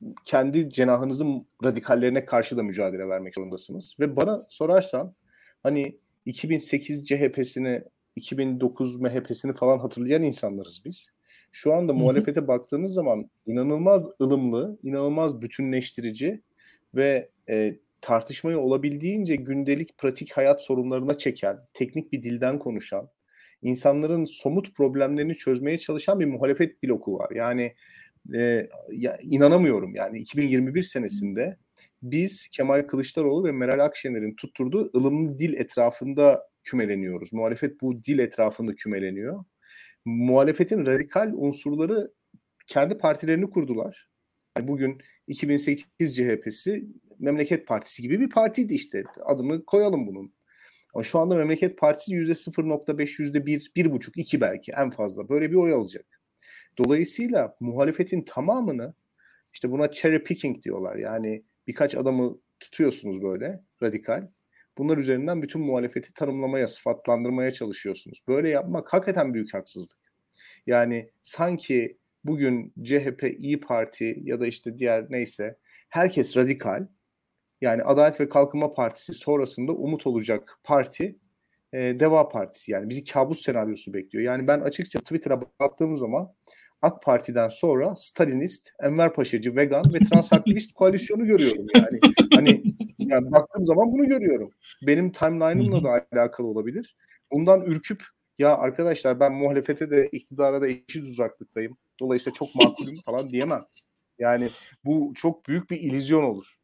kendi cenahınızın radikallerine karşı da mücadele vermek zorundasınız. Ve bana sorarsan hani 2008 CHP'sini, 2009 MHP'sini falan hatırlayan insanlarız biz. Şu anda muhalefete baktığınız zaman inanılmaz ılımlı, inanılmaz bütünleştirici ve tartışmayı olabildiğince gündelik pratik hayat sorunlarına çeken, teknik bir dilden konuşan, insanların somut problemlerini çözmeye çalışan bir muhalefet bloku var. Yani inanamıyorum yani 2021 senesinde biz Kemal Kılıçdaroğlu ve Meral Akşener'in tutturduğu ılımlı dil etrafında kümeleniyoruz. Muhalefet bu dil etrafında kümeleniyor. Muhalefetin radikal unsurları kendi partilerini kurdular. Yani bugün 2008 CHP'si Memleket Partisi gibi bir partiydi işte. Adını koyalım bunun. Ama şu anda Memleket Partisi %0.5, %1, 1.5, 2 belki en fazla. Böyle bir oy alacak. Dolayısıyla muhalefetin tamamını işte buna cherry picking diyorlar. Yani birkaç adamı tutuyorsunuz böyle radikal. Bunlar üzerinden bütün muhalefeti tanımlamaya, sıfatlandırmaya çalışıyorsunuz. Böyle yapmak hakikaten büyük haksızlık. Yani sanki bugün CHP, İYİ Parti ya da işte diğer neyse herkes radikal. Yani Adalet ve Kalkınma Partisi sonrasında umut olacak parti Deva Partisi. Yani bizi kabus senaryosu bekliyor. Yani ben açıkça Twitter'a baktığım zaman AK Parti'den sonra Stalinist, Enver Paşacı, vegan ve transaktivist koalisyonu görüyorum yani. Hani yani baktığım zaman bunu görüyorum. Benim timeline'ımla da alakalı olabilir. Bundan ürküp ya arkadaşlar ben muhalefete de iktidara da eşit uzaklıktayım. Dolayısıyla çok makulüm falan diyemem. Yani bu çok büyük bir illüzyon olur.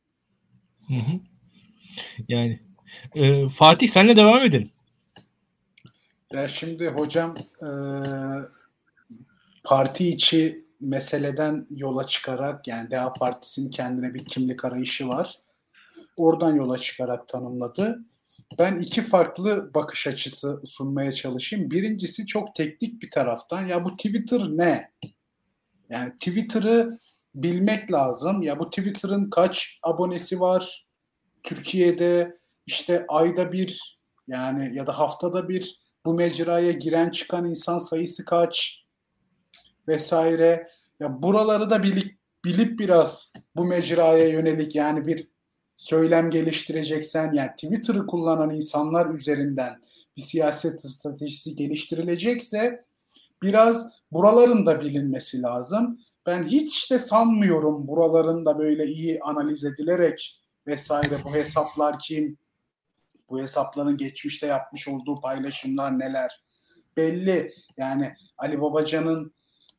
Yani Fatih senle devam edelim. Ya şimdi hocam parti içi meseleden yola çıkarak yani DEA Partisi'nin kendine bir kimlik arayışı var. Oradan yola çıkarak tanımladı. Ben iki farklı bakış açısı sunmaya çalışayım. Birincisi çok teknik bir taraftan. Ya bu Twitter ne? Yani Twitter'ı bilmek lazım. Ya bu Twitter'ın kaç abonesi var? Türkiye'de işte ayda bir yani ya da haftada bir bu mecraya giren çıkan insan sayısı kaç? Vesaire. Ya buraları da bilip biraz bu mecraya yönelik yani bir söylem geliştireceksen yani Twitter'ı kullanan insanlar üzerinden bir siyaset stratejisi geliştirilecekse biraz buraların da bilinmesi lazım. Ben hiç de sanmıyorum buraların da böyle iyi analiz edilerek vesaire bu hesaplar kim, bu hesapların geçmişte yapmış olduğu paylaşımlar neler belli. Yani Ali Babacan'ın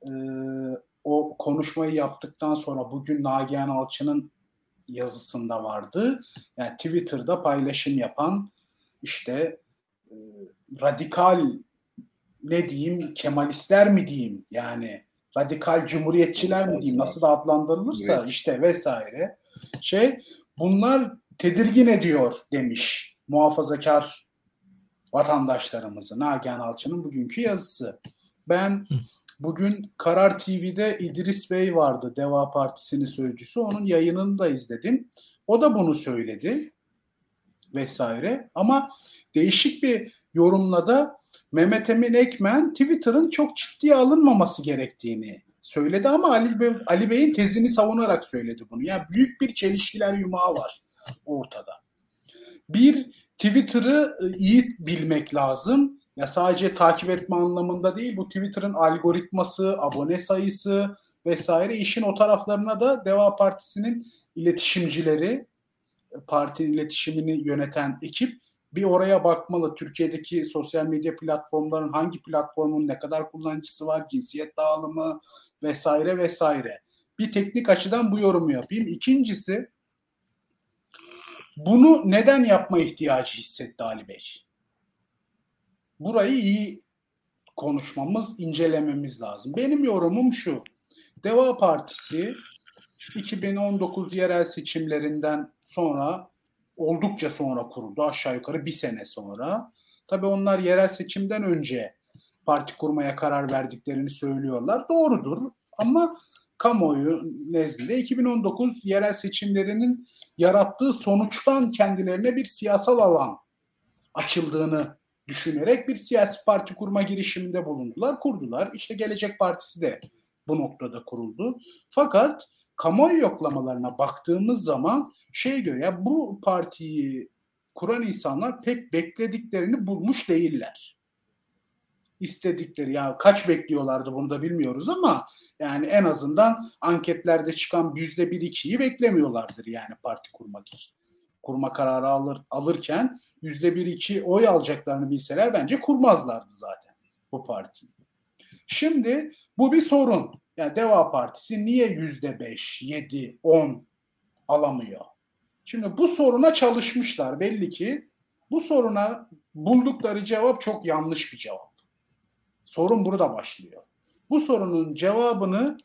o konuşmayı yaptıktan sonra bugün Nagihan Alçı'nın yazısında vardı. Yani Twitter'da paylaşım yapan işte radikal ne diyeyim Kemalistler mi diyeyim yani radikal cumhuriyetçiler mi diyeyim nasıl da adlandırılırsa işte vesaire bunlar tedirgin ediyor demiş muhafazakar vatandaşlarımızı. Nagihan Alçı'nın bugünkü yazısı. Ben bugün Karar TV'de İdris Bey vardı, Deva Partisi'nin sözcüsü. Onun yayınını da izledim. O da bunu söyledi vesaire. Ama değişik bir yorumla da Mehmet Emin Ekmen Twitter'ın çok ciddiye alınmaması gerektiğini söyledi ama Ali Bey'in tezini savunarak söyledi bunu. Yani büyük bir çelişkiler yumağı var ortada. Bir, Twitter'ı iyi bilmek lazım. Ya sadece takip etme anlamında değil, bu Twitter'ın algoritması, abone sayısı vesaire işin o taraflarına da Deva Partisi'nin iletişimcileri, partinin iletişimini yöneten ekip bir oraya bakmalı. Türkiye'deki sosyal medya platformlarının hangi platformun ne kadar kullanıcısı var, cinsiyet dağılımı vesaire vesaire. Bir teknik açıdan bu yorumu yapayım. İkincisi, bunu neden yapma ihtiyacı hissetti Ali Bey? Burayı iyi konuşmamız, incelememiz lazım. Benim yorumum şu. Deva Partisi 2019 yerel seçimlerinden sonra oldukça sonra kuruldu. Aşağı yukarı bir sene sonra. Tabii onlar yerel seçimden önce parti kurmaya karar verdiklerini söylüyorlar. Doğrudur ama kamuoyu nezdinde 2019 yerel seçimlerinin yarattığı sonuçtan kendilerine bir siyasal alan açıldığını düşünerek bir siyasi parti kurma girişiminde bulundular, kurdular. İşte Gelecek Partisi de bu noktada kuruldu. Fakat kamuoyu yoklamalarına baktığımız zaman diyor ya, bu partiyi kuran insanlar pek beklediklerini bulmuş değiller. İstedikleri, ya kaç bekliyorlardı bunu da bilmiyoruz ama yani en azından anketlerde çıkan %1-2'yi beklemiyorlardır yani parti kurmak için. Kurma kararı alırken %1-2 oy alacaklarını bilseler bence kurmazlardı zaten bu partiyi. Şimdi bu bir sorun. Yani Deva Partisi niye %5, 7, 10 alamıyor? Şimdi bu soruna çalışmışlar. Belli ki bu soruna buldukları cevap çok yanlış bir cevap. Sorun burada başlıyor. Bu sorunun cevabını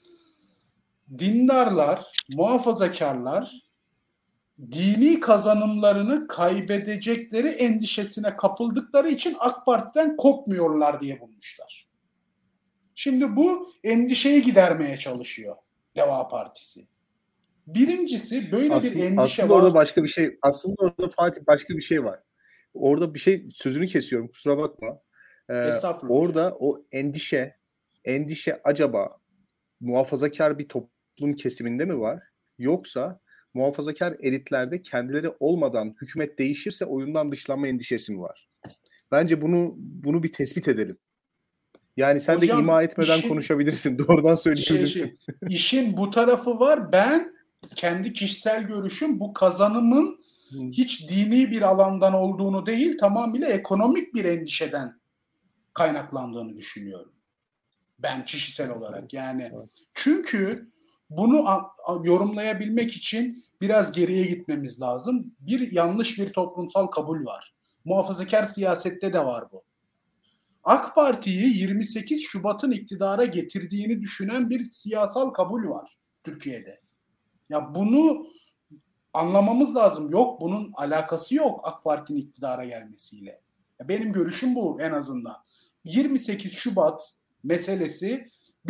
dindarlar, muhafazakarlar dini kazanımlarını kaybedecekleri endişesine kapıldıkları için AK Parti'den kopmuyorlar diye bulmuşlar. Şimdi bu endişeyi gidermeye çalışıyor Deva Partisi. Birincisi böyle bir endişe aslında var. Orada başka bir şey. Aslında orada Fatih başka bir şey var. Orada bir şey, sözünü kesiyorum, kusura bakma. Orada o endişe acaba muhafazakar bir toplum kesiminde mi var? Yoksa muhafazakar elitlerde kendileri olmadan hükümet değişirse oyundan dışlanma endişesi mi var? Bence bunu bir tespit edelim. Yani sen hocam, de ima etmeden konuşabilirsin. Doğrudan söyleyebilirsin. İşin bu tarafı var. Ben kendi kişisel görüşüm, bu kazanımın hiç dini bir alandan olduğunu değil, tamamıyla ekonomik bir endişeden kaynaklandığını düşünüyorum. Ben kişisel olarak yani. Çünkü bunu yorumlayabilmek için biraz geriye gitmemiz lazım. Yanlış bir toplumsal kabul var. Muhafazakar siyasette de var bu. AK Parti'yi 28 Şubat'ın iktidara getirdiğini düşünen bir siyasal kabul var Türkiye'de. Ya bunu anlamamız lazım. Yok, bunun alakası yok AK Parti'nin iktidara gelmesiyle. Ya benim görüşüm bu en azından. 28 Şubat meselesi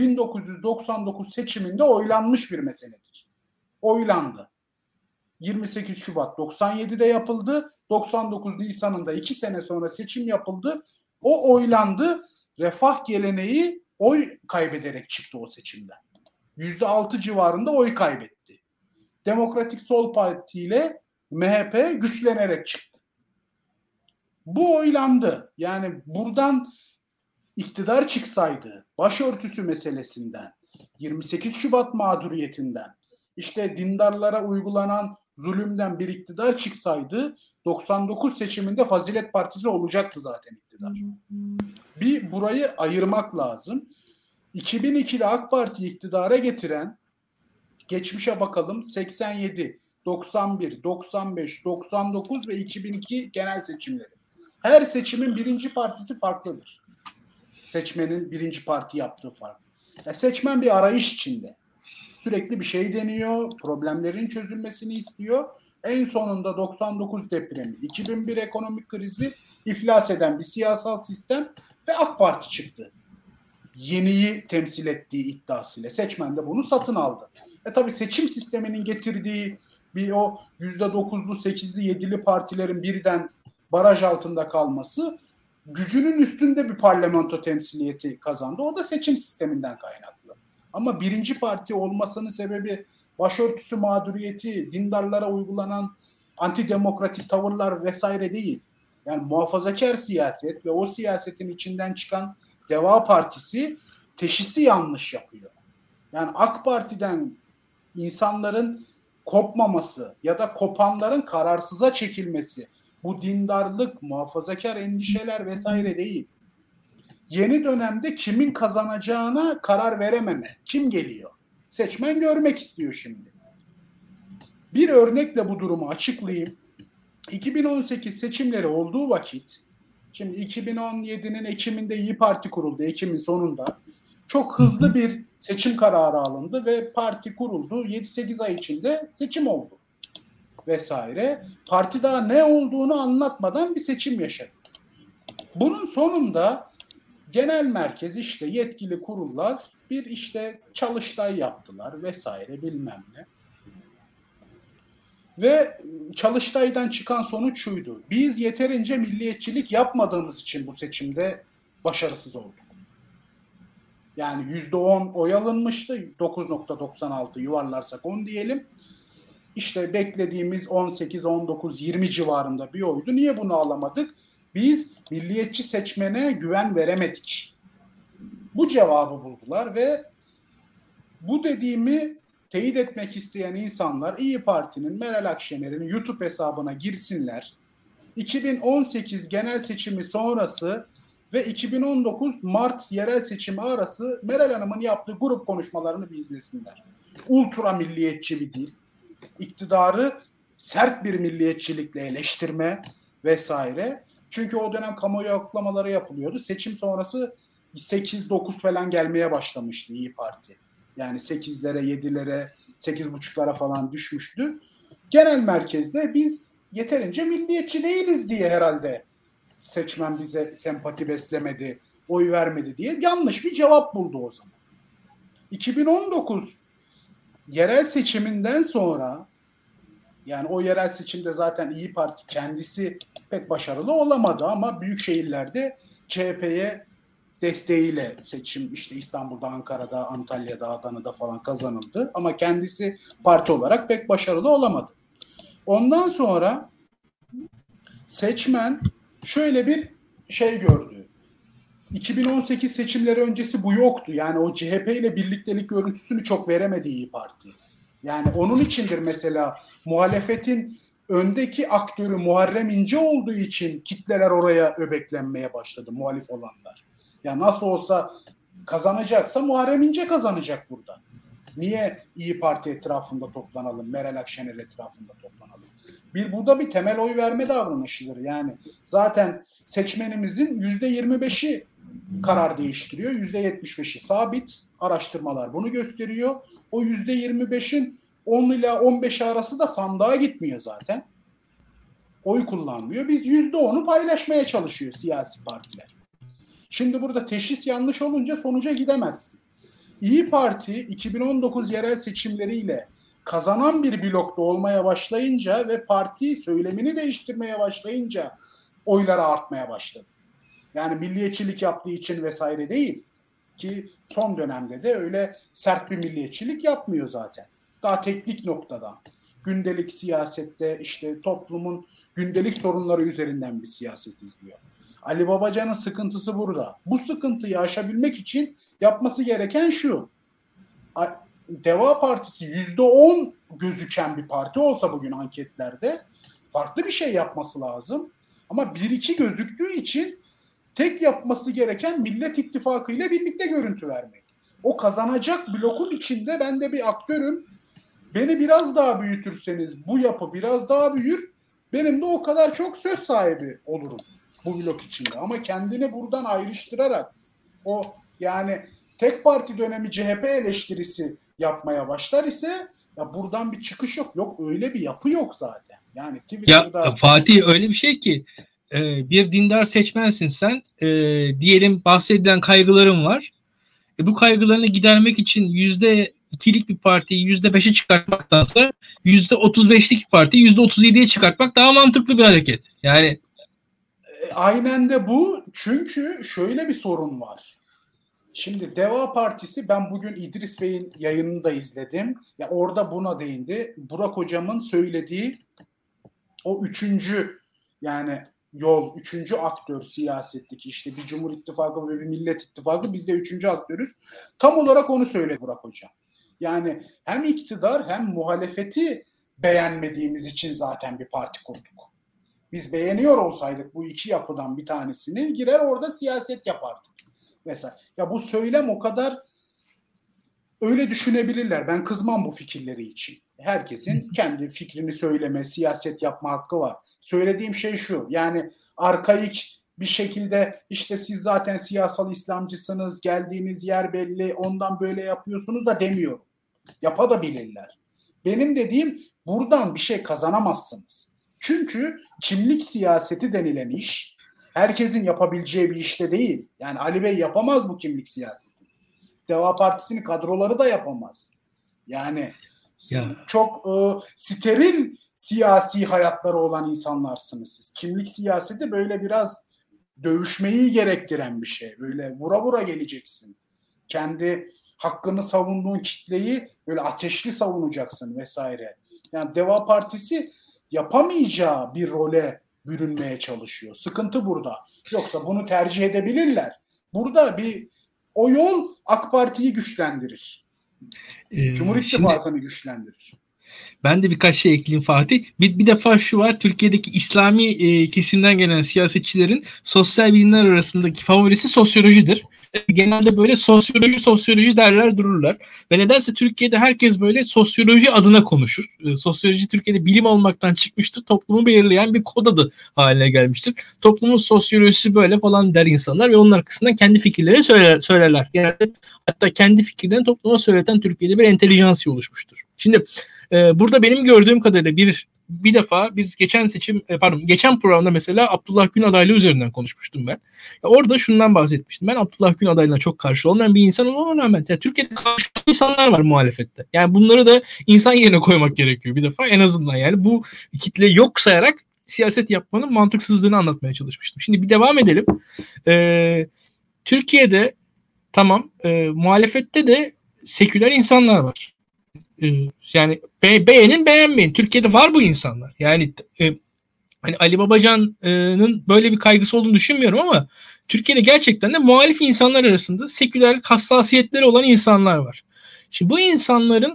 1999 seçiminde oylanmış bir meseledir. Oylandı. 28 Şubat 97'de yapıldı. 99 Nisan'ında 2 sene sonra seçim yapıldı. O oylandı. Refah geleneği oy kaybederek çıktı o seçimden. %6 civarında oy kaybetti. Demokratik Sol Parti ile MHP güçlenerek çıktı. Bu oylandı. Yani buradan iktidar çıksaydı, başörtüsü meselesinden, 28 Şubat mağduriyetinden, işte dindarlara uygulanan zulümden bir iktidar çıksaydı 99 seçiminde Fazilet Partisi olacaktı zaten iktidar. Bir burayı ayırmak lazım. 2002'de AK Parti iktidara getiren, geçmişe bakalım, 87, 91, 95, 99 ve 2002 genel seçimleri. Her seçimin birinci partisi farklıdır. Seçmenin birinci parti yaptığı farklı. Seçmen bir arayış içinde. Sürekli bir şey deniyor, problemlerin çözülmesini istiyor. En sonunda 99 depremi, 2001 ekonomik krizi, iflas eden bir siyasal sistem ve AK Parti çıktı. Yeniyi temsil ettiği iddiasıyla. Seçmen de bunu satın aldı. Tabii seçim sisteminin getirdiği bir o %9'lu, 8'li, 7'li partilerin birden baraj altında kalması gücünün üstünde bir parlamento temsiliyeti kazandı. O da seçim sisteminden kaynaklı. Ama birinci parti olmasının sebebi başörtüsü mağduriyeti, dindarlara uygulanan antidemokratik tavırlar vesaire değil. Yani muhafazakar siyaset ve o siyasetin içinden çıkan Deva Partisi teşhisi yanlış yapıyor. Yani AK Parti'den insanların kopmaması ya da kopanların kararsıza çekilmesi, bu dindarlık, muhafazakar endişeler vesaire değil. Yeni dönemde kimin kazanacağına karar verememe. Kim geliyor? Seçmen görmek istiyor şimdi. Bir örnekle bu durumu açıklayayım. 2018 seçimleri olduğu vakit, şimdi 2017'nin Ekim'inde İYİ Parti kuruldu, Ekim'in sonunda. Çok hızlı bir seçim kararı alındı ve parti kuruldu. 7-8 ay içinde seçim oldu vesaire. Parti daha ne olduğunu anlatmadan bir seçim yaşadı. Bunun sonunda genel merkez, işte yetkili kurullar bir işte çalıştay yaptılar vesaire bilmem ne. Ve çalıştaydan çıkan sonuç şuydu: biz yeterince milliyetçilik yapmadığımız için bu seçimde başarısız olduk. Yani %10 oy alınmıştı. 9.96 yuvarlarsak 10 diyelim. İşte beklediğimiz 18, 19, 20 civarında bir oydu. Niye bunu alamadık? Biz milliyetçi seçmene güven veremedik. Bu cevabı buldular ve bu dediğimi teyit etmek isteyen insanlar İYİ Parti'nin, Meral Akşener'in YouTube hesabına girsinler. 2018 genel seçimi sonrası ve 2019 Mart yerel seçimi arası Meral Hanım'ın yaptığı grup konuşmalarını bir izlesinler. Ultra milliyetçi bir dil, iktidarı sert bir milliyetçilikle eleştirme vesaire. Çünkü o dönem kamuoyu yoklamaları yapılıyordu. Seçim sonrası 8-9 falan gelmeye başlamıştı İYİ Parti. Yani 8'lere, 7'lere, 8,5'lara falan düşmüştü. Genel merkezde biz yeterince milliyetçi değiliz diye herhalde seçmen bize sempati beslemedi, oy vermedi diye yanlış bir cevap buldu o zaman. 2019 yerel seçiminden sonra, yani o yerel seçimde zaten İYİ Parti kendisi pek başarılı olamadı ama büyük şehirlerde CHP'ye desteğiyle seçim işte İstanbul'da, Ankara'da, Antalya'da, Adana'da falan kazanıldı. Ama kendisi parti olarak pek başarılı olamadı. Ondan sonra seçmen şöyle bir şey gördü. 2018 seçimleri öncesi bu yoktu. Yani o CHP ile birliktelik görüntüsünü çok veremedi İYİ Parti. Yani onun içindir mesela muhalefetin öndeki aktörü Muharrem İnce olduğu için kitleler oraya öbeklenmeye başladı, muhalif olanlar. Ya nasıl olsa kazanacaksa Muharrem İnce kazanacak burada. Niye İYİ Parti etrafında toplanalım, Meral Akşener etrafında toplanalım? Burada bir temel oy verme davranışıdır. Yani zaten seçmenimizin %25'i karar değiştiriyor, %75'i sabit. Araştırmalar bunu gösteriyor. O %25'in 10 ile 15 arası da sandığa gitmiyor zaten. Oy kullanmıyor. Biz %10'u paylaşmaya çalışıyor siyasi partiler. Şimdi burada teşhis yanlış olunca sonuca gidemezsin. İYİ Parti 2019 yerel seçimleriyle kazanan bir blokta olmaya başlayınca ve parti söylemini değiştirmeye başlayınca oyları artmaya başladı. Yani milliyetçilik yaptığı için vesaire değil ki son dönemde de öyle sert bir milliyetçilik yapmıyor zaten. Daha teknik noktadan. Gündelik siyasette işte toplumun gündelik sorunları üzerinden bir siyaset izliyor. Ali Babacan'ın sıkıntısı burada. Bu sıkıntıyı aşabilmek için yapması gereken şu. Deva Partisi %10 gözüken bir parti olsa bugün anketlerde farklı bir şey yapması lazım. Ama 1-2 gözüktüğü için tek yapması gereken Millet İttifakı ile birlikte görüntü vermek. O kazanacak blokun içinde ben de bir aktörüm. Beni biraz daha büyütürseniz bu yapı biraz daha büyür. Benim de o kadar çok söz sahibi olurum bu blok içinde. Ama kendini buradan ayrıştırarak o yani tek parti dönemi CHP eleştirisi yapmaya başlar ise ya buradan bir çıkış yok. Yok öyle bir yapı yok zaten. Yani Twitter'da... Ya Fatih öyle bir şey ki bir dindar seçmensin sen. Diyelim bahsedilen kaygıların var. Bu kaygılarını gidermek için %2'lik bir partiyi %5'e çıkartmaktansa %35'lik bir partiyi %37'ye çıkartmak daha mantıklı bir hareket. Yani aynen de bu. Çünkü şöyle bir sorun var. Şimdi Deva Partisi, ben bugün İdris Bey'in yayınını da izledim. Ya orada buna değindi. Burak Hocam'ın söylediği o üçüncü yani yol, üçüncü aktör siyasetteki işte bir Cumhur İttifakı ve bir Millet İttifakı, biz de üçüncü aktörüz. Tam olarak onu söyledi Burak Hocam. Yani hem iktidar hem muhalefeti beğenmediğimiz için zaten bir parti kurduk. Biz beğeniyor olsaydık bu iki yapıdan bir tanesini girer orada siyaset yapardık. Mesela ya bu söylem o kadar öyle düşünebilirler. Ben kızmam bu fikirleri için. Herkesin kendi fikrini söyleme, siyaset yapma hakkı var. Söylediğim şey şu. Yani arkaik bir şekilde işte siz zaten siyasal İslamcısınız, geldiğiniz yer belli, ondan böyle yapıyorsunuz da demiyorum. Yapabilirler. Benim dediğim buradan bir şey kazanamazsınız. Çünkü kimlik siyaseti denilen iş herkesin yapabileceği bir işte değil. Yani Ali Bey yapamaz bu kimlik siyaseti. Deva Partisi'nin kadroları da yapamaz. Yani çok steril siyasi hayatları olan insanlarsınız siz. Kimlik siyaseti böyle biraz dövüşmeyi gerektiren bir şey. Böyle vura vura geleceksin. kendi hakkını savunduğun kitleyi böyle ateşli savunacaksın vesaire. Yani Deva Partisi yapamayacağı bir role bürünmeye çalışıyor. Sıkıntı burada. Yoksa bunu tercih edebilirler. Burada o yol AK Parti'yi güçlendirir. Cumhur İttifakı'nı güçlendirir. Ben de birkaç şey ekleyeyim Fatih. Bir defa şu var. Türkiye'deki İslami kesimden gelen siyasetçilerin sosyal bilimler arasındaki favorisi sosyolojidir. Genelde böyle sosyoloji derler dururlar. Ve nedense Türkiye'de herkes böyle sosyoloji adına konuşur. Sosyoloji Türkiye'de bilim olmaktan çıkmıştır. Toplumu belirleyen bir kod adı haline gelmiştir. Toplumun sosyolojisi böyle falan der insanlar ve onun arkasından kendi fikirlerini söylerler. Genelde hatta kendi fikirlerini topluma söyleten Türkiye'de bir entelijansiya oluşmuştur. Şimdi burada benim gördüğüm kadarıyla bir defa biz geçen programda mesela Abdullah Gül adaylığı üzerinden konuşmuştum ben. Orada şundan bahsetmiştim. Ben Abdullah Gül adaylığına çok karşı olmayan bir insan olmama rağmen Türkiye'de karşı insanlar var muhalefette. Yani bunları da insan yerine koymak gerekiyor bir defa en azından. Yani bu kitle yok sayarak siyaset yapmanın mantıksızlığını anlatmaya çalışmıştım. Şimdi bir devam edelim. Türkiye'de tamam muhalefette de seküler insanlar var. Yani beğenin beğenmeyin. Türkiye'de var bu insanlar. Yani hani Ali Babacan'ın böyle bir kaygısı olduğunu düşünmüyorum ama Türkiye'de gerçekten de muhalif insanlar arasında seküler hassasiyetleri olan insanlar var. Şimdi bu insanların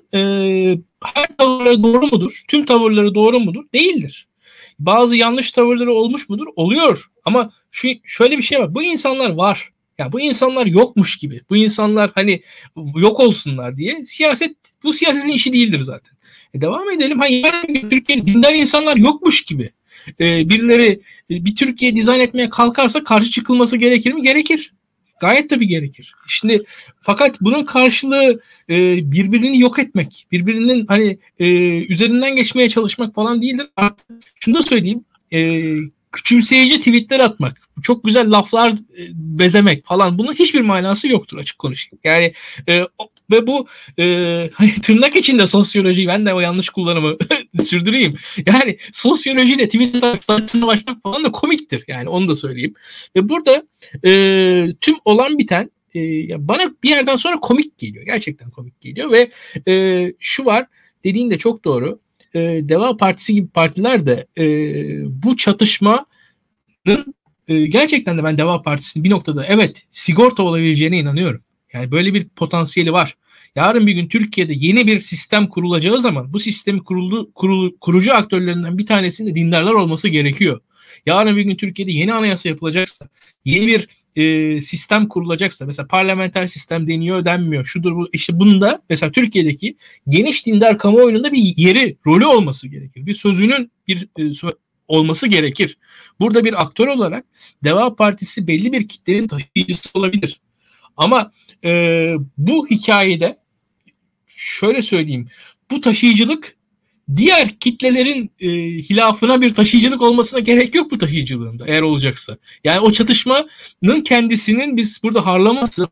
her tavırları doğru mudur? Tüm tavırları doğru mudur? Değildir. Bazı yanlış tavırları olmuş mudur? Oluyor. Ama şöyle bir şey var. Bu insanlar var. Ya bu insanlar yokmuş gibi. Bu insanlar hani yok olsunlar diye bu siyasetin işi değildir zaten. Devam edelim. Yani Türkiye'de dindar insanlar yokmuş gibi. Birileri bir Türkiye dizayn etmeye kalkarsa karşı çıkılması gerekir mi? Gerekir. Gayet tabii gerekir. Şimdi fakat bunun karşılığı birbirini yok etmek, birbirinin hani üzerinden geçmeye çalışmak falan değildir. Şunu da söyleyeyim. Küçümseyici tweetler atmak, çok güzel laflar bezemek falan bunun hiçbir manası yoktur açık konuşayım. Yani ve bu hani tırnak içinde sosyoloji, ben de o yanlış kullanımı sürdüreyim. Yani sosyolojiyle tweet atarak savaşmak falan da komiktir. Yani onu da söyleyeyim. Ve burada tüm olan biten bana bir yerden sonra komik geliyor. Gerçekten komik geliyor ve şu var, dediğin de çok doğru. Deva Partisi gibi partiler de bu çatışmanın gerçekten de ben Deva Partisi'nin bir noktada evet sigorta olabileceğine inanıyorum. Yani böyle bir potansiyeli var. Yarın bir gün Türkiye'de yeni bir sistem kurulacağı zaman bu sistemin kurucu aktörlerinden bir tanesinin de dindarlar olması gerekiyor. Yarın bir gün Türkiye'de yeni anayasa yapılacaksa, yeni bir sistem kurulacaksa, mesela parlamenter sistem deniyor denmiyor, şudur bu, işte bunda mesela Türkiye'deki geniş dindar kamuoyunun bir yeri, rolü olması gerekir. Bir sözünün olması gerekir. Burada bir aktör olarak Deva Partisi belli bir kitlenin taşıyıcısı olabilir. Ama bu hikayede şöyle söyleyeyim, bu taşıyıcılık diğer kitlelerin hilafına bir taşıyıcılık olmasına gerek yok bu taşıyıcılığında eğer olacaksa. Yani o çatışmanın kendisinin biz burada harlaması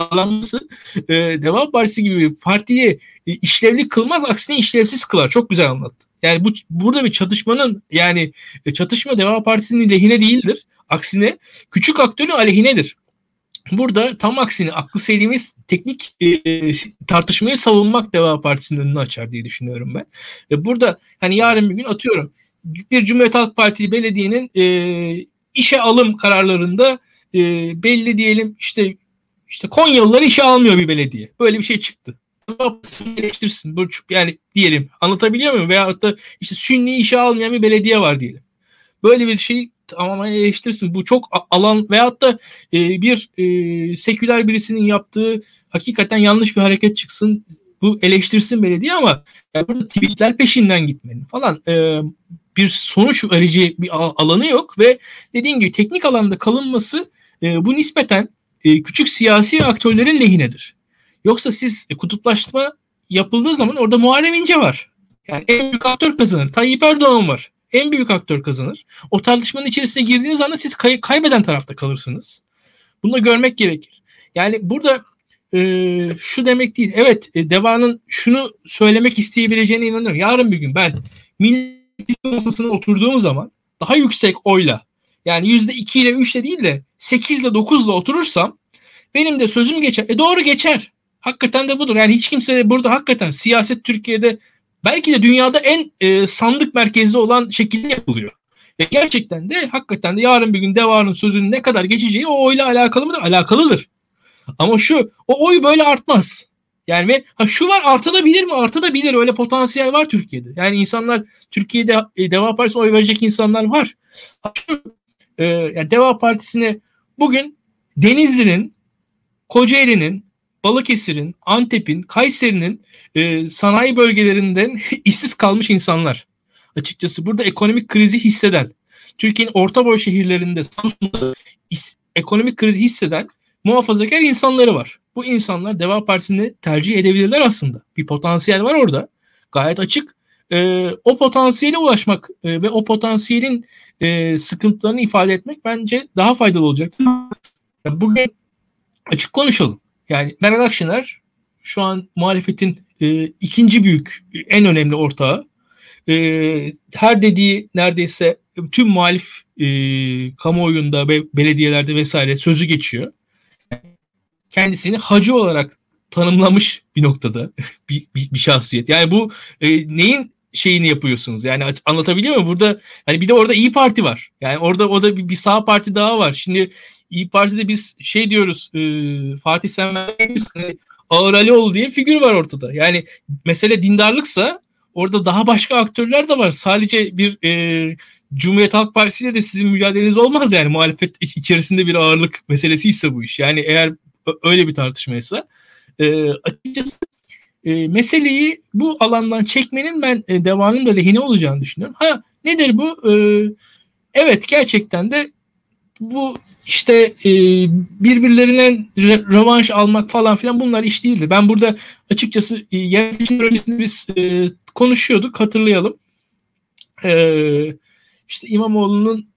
Deva Partisi gibi bir partiyi işlevli kılmaz, aksine işlevsiz kılar. Çok güzel anlattı. Yani burada bir çatışmanın çatışma Deva Partisi'nin lehine değildir. Aksine küçük aktörün aleyhinedir. Burada tam aksine aklı selimiz teknik tartışmayı savunmak Deva Partisi'nin önünü açar diye düşünüyorum ben. Burada hani yarın bir gün atıyorum bir Cumhuriyet Halk Partili belediyenin işe alım kararlarında belli diyelim işte Konyalıları işe almıyor bir belediye. Böyle bir şey çıktı. Eleştirsin. Yani diyelim, anlatabiliyor muyum? Veyahut da işte Sünni işe almayan bir belediye var diyelim. Böyle bir şey tamamen eleştirsin. Bu çok alan veyahut da bir seküler birisinin yaptığı hakikaten yanlış bir hareket çıksın. Bu eleştirsin belediye ama yani burada tweetler peşinden gitmenin falan bir sonuç verici bir alanı yok ve dediğim gibi teknik alanda kalınması bu nispeten küçük siyasi aktörlerin lehinedir. Yoksa siz kutuplaşma yapıldığı zaman orada Muharrem İnce var. Yani en büyük aktör kazanır. Tayyip Erdoğan var. En büyük aktör kazanır. O tartışmanın içerisine girdiğiniz anda siz kaybeden tarafta kalırsınız. Bunu da görmek gerekir. Yani burada şu demek değil. Evet, Deva'nın şunu söylemek isteyebileceğine inanıyorum. Yarın bir gün ben Millet Masası'na oturduğum zaman daha yüksek oyla, yani %2 ile 3 ile değil de 8 ile 9 ile oturursam benim de sözüm geçer. Doğru geçer. Hakikaten de budur. Yani hiç kimse burada hakikaten siyaset Türkiye'de belki de dünyada en sandık merkezli olan şekilde yapılıyor. Ve gerçekten de hakikaten de yarın bir gün DEVA'nın sözünün ne kadar geçeceği o oyla alakalı mıdır? Alakalıdır. Ama o oy böyle artmaz. Yani ve şu var, artabilir mi? Artabilir. Öyle potansiyel var Türkiye'de. Yani insanlar Türkiye'de Deva Partisi'ne oy verecek insanlar var. Yani Deva Partisi'ne bugün Denizli'nin, Kocaeli'nin, Balıkesir'in, Antep'in, Kayseri'nin sanayi bölgelerinden işsiz kalmış insanlar. Açıkçası burada ekonomik krizi hisseden, Türkiye'nin orta boy şehirlerinde, Samsun'da ekonomik krizi hisseden muhafazakar insanları var. Bu insanlar Deva Partisi'ni tercih edebilirler aslında. Bir potansiyel var orada. Gayet açık. O potansiyele ulaşmak ve o potansiyelin sıkıntılarını ifade etmek bence daha faydalı olacaktır. Bugün açık konuşalım. Yani Meral Akşener şu an muhalefetin ikinci büyük, en önemli ortağı. Her dediği neredeyse tüm muhalif kamuoyunda ve belediyelerde vesaire sözü geçiyor. Kendisini hacı olarak tanımlamış bir noktada bir şahsiyet. Yani bu neyin şeyini yapıyorsunuz? Yani anlatabiliyor muyum? Burada hani bir de orada İyi Parti var. Yani orada bir sağ parti daha var. Şimdi İyi Parti'de biz şey diyoruz, Fatih Senmen Ağır Alioğlu diye figür var ortada. Yani mesele dindarlıksa orada daha başka aktörler de var. Sadece bir Cumhuriyet Halk Partisi'yle de sizin mücadeleniz olmaz yani, muhalefet içerisinde bir ağırlık meselesi ise bu iş. Yani eğer öyle bir tartışmaysa açıkçası meseleyi bu alandan çekmenin ben Deva'nın da lehine olacağını düşünüyorum. Nedir bu? Evet, gerçekten de bu işte birbirlerine rövanş almak falan filan, bunlar iş değildi. Ben burada açıkçası yerel seçim öncesinde biz konuşuyorduk, hatırlayalım. İşte İmamoğlu'nun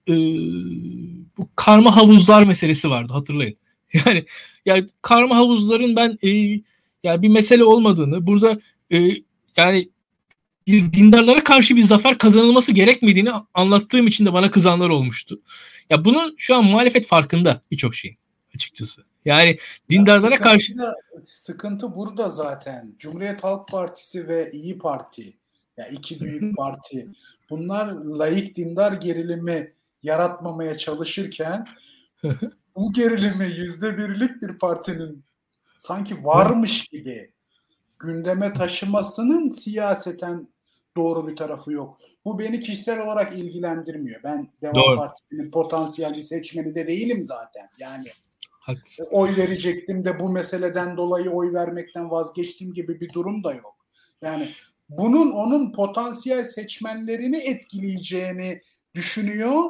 bu karma havuzlar meselesi vardı, hatırlayın. Yani ya karma havuzların ben yani bir mesele olmadığını, burada yani dindarlara karşı bir zafer kazanılması gerekmediğini anlattığım için de bana kızanlar olmuştu. Ya bunu şu an muhalefet farkında birçok şeyin açıkçası. Yani dindarlara karşı sıkıntı burada zaten. Cumhuriyet Halk Partisi ve İyi Parti, yani iki büyük parti, bunlar laik dindar gerilimi yaratmamaya çalışırken bu gerilimi %1'lik bir partinin sanki varmış gibi gündeme taşımasının siyaseten doğru bir tarafı yok. Bu beni kişisel olarak ilgilendirmiyor. Ben Deva Partisi'nin potansiyelli seçmeni de değilim zaten. Yani oy verecektim de bu meseleden dolayı oy vermekten vazgeçtim gibi bir durum da yok. Yani bunun onun potansiyel seçmenlerini etkileyeceğini düşünüyor.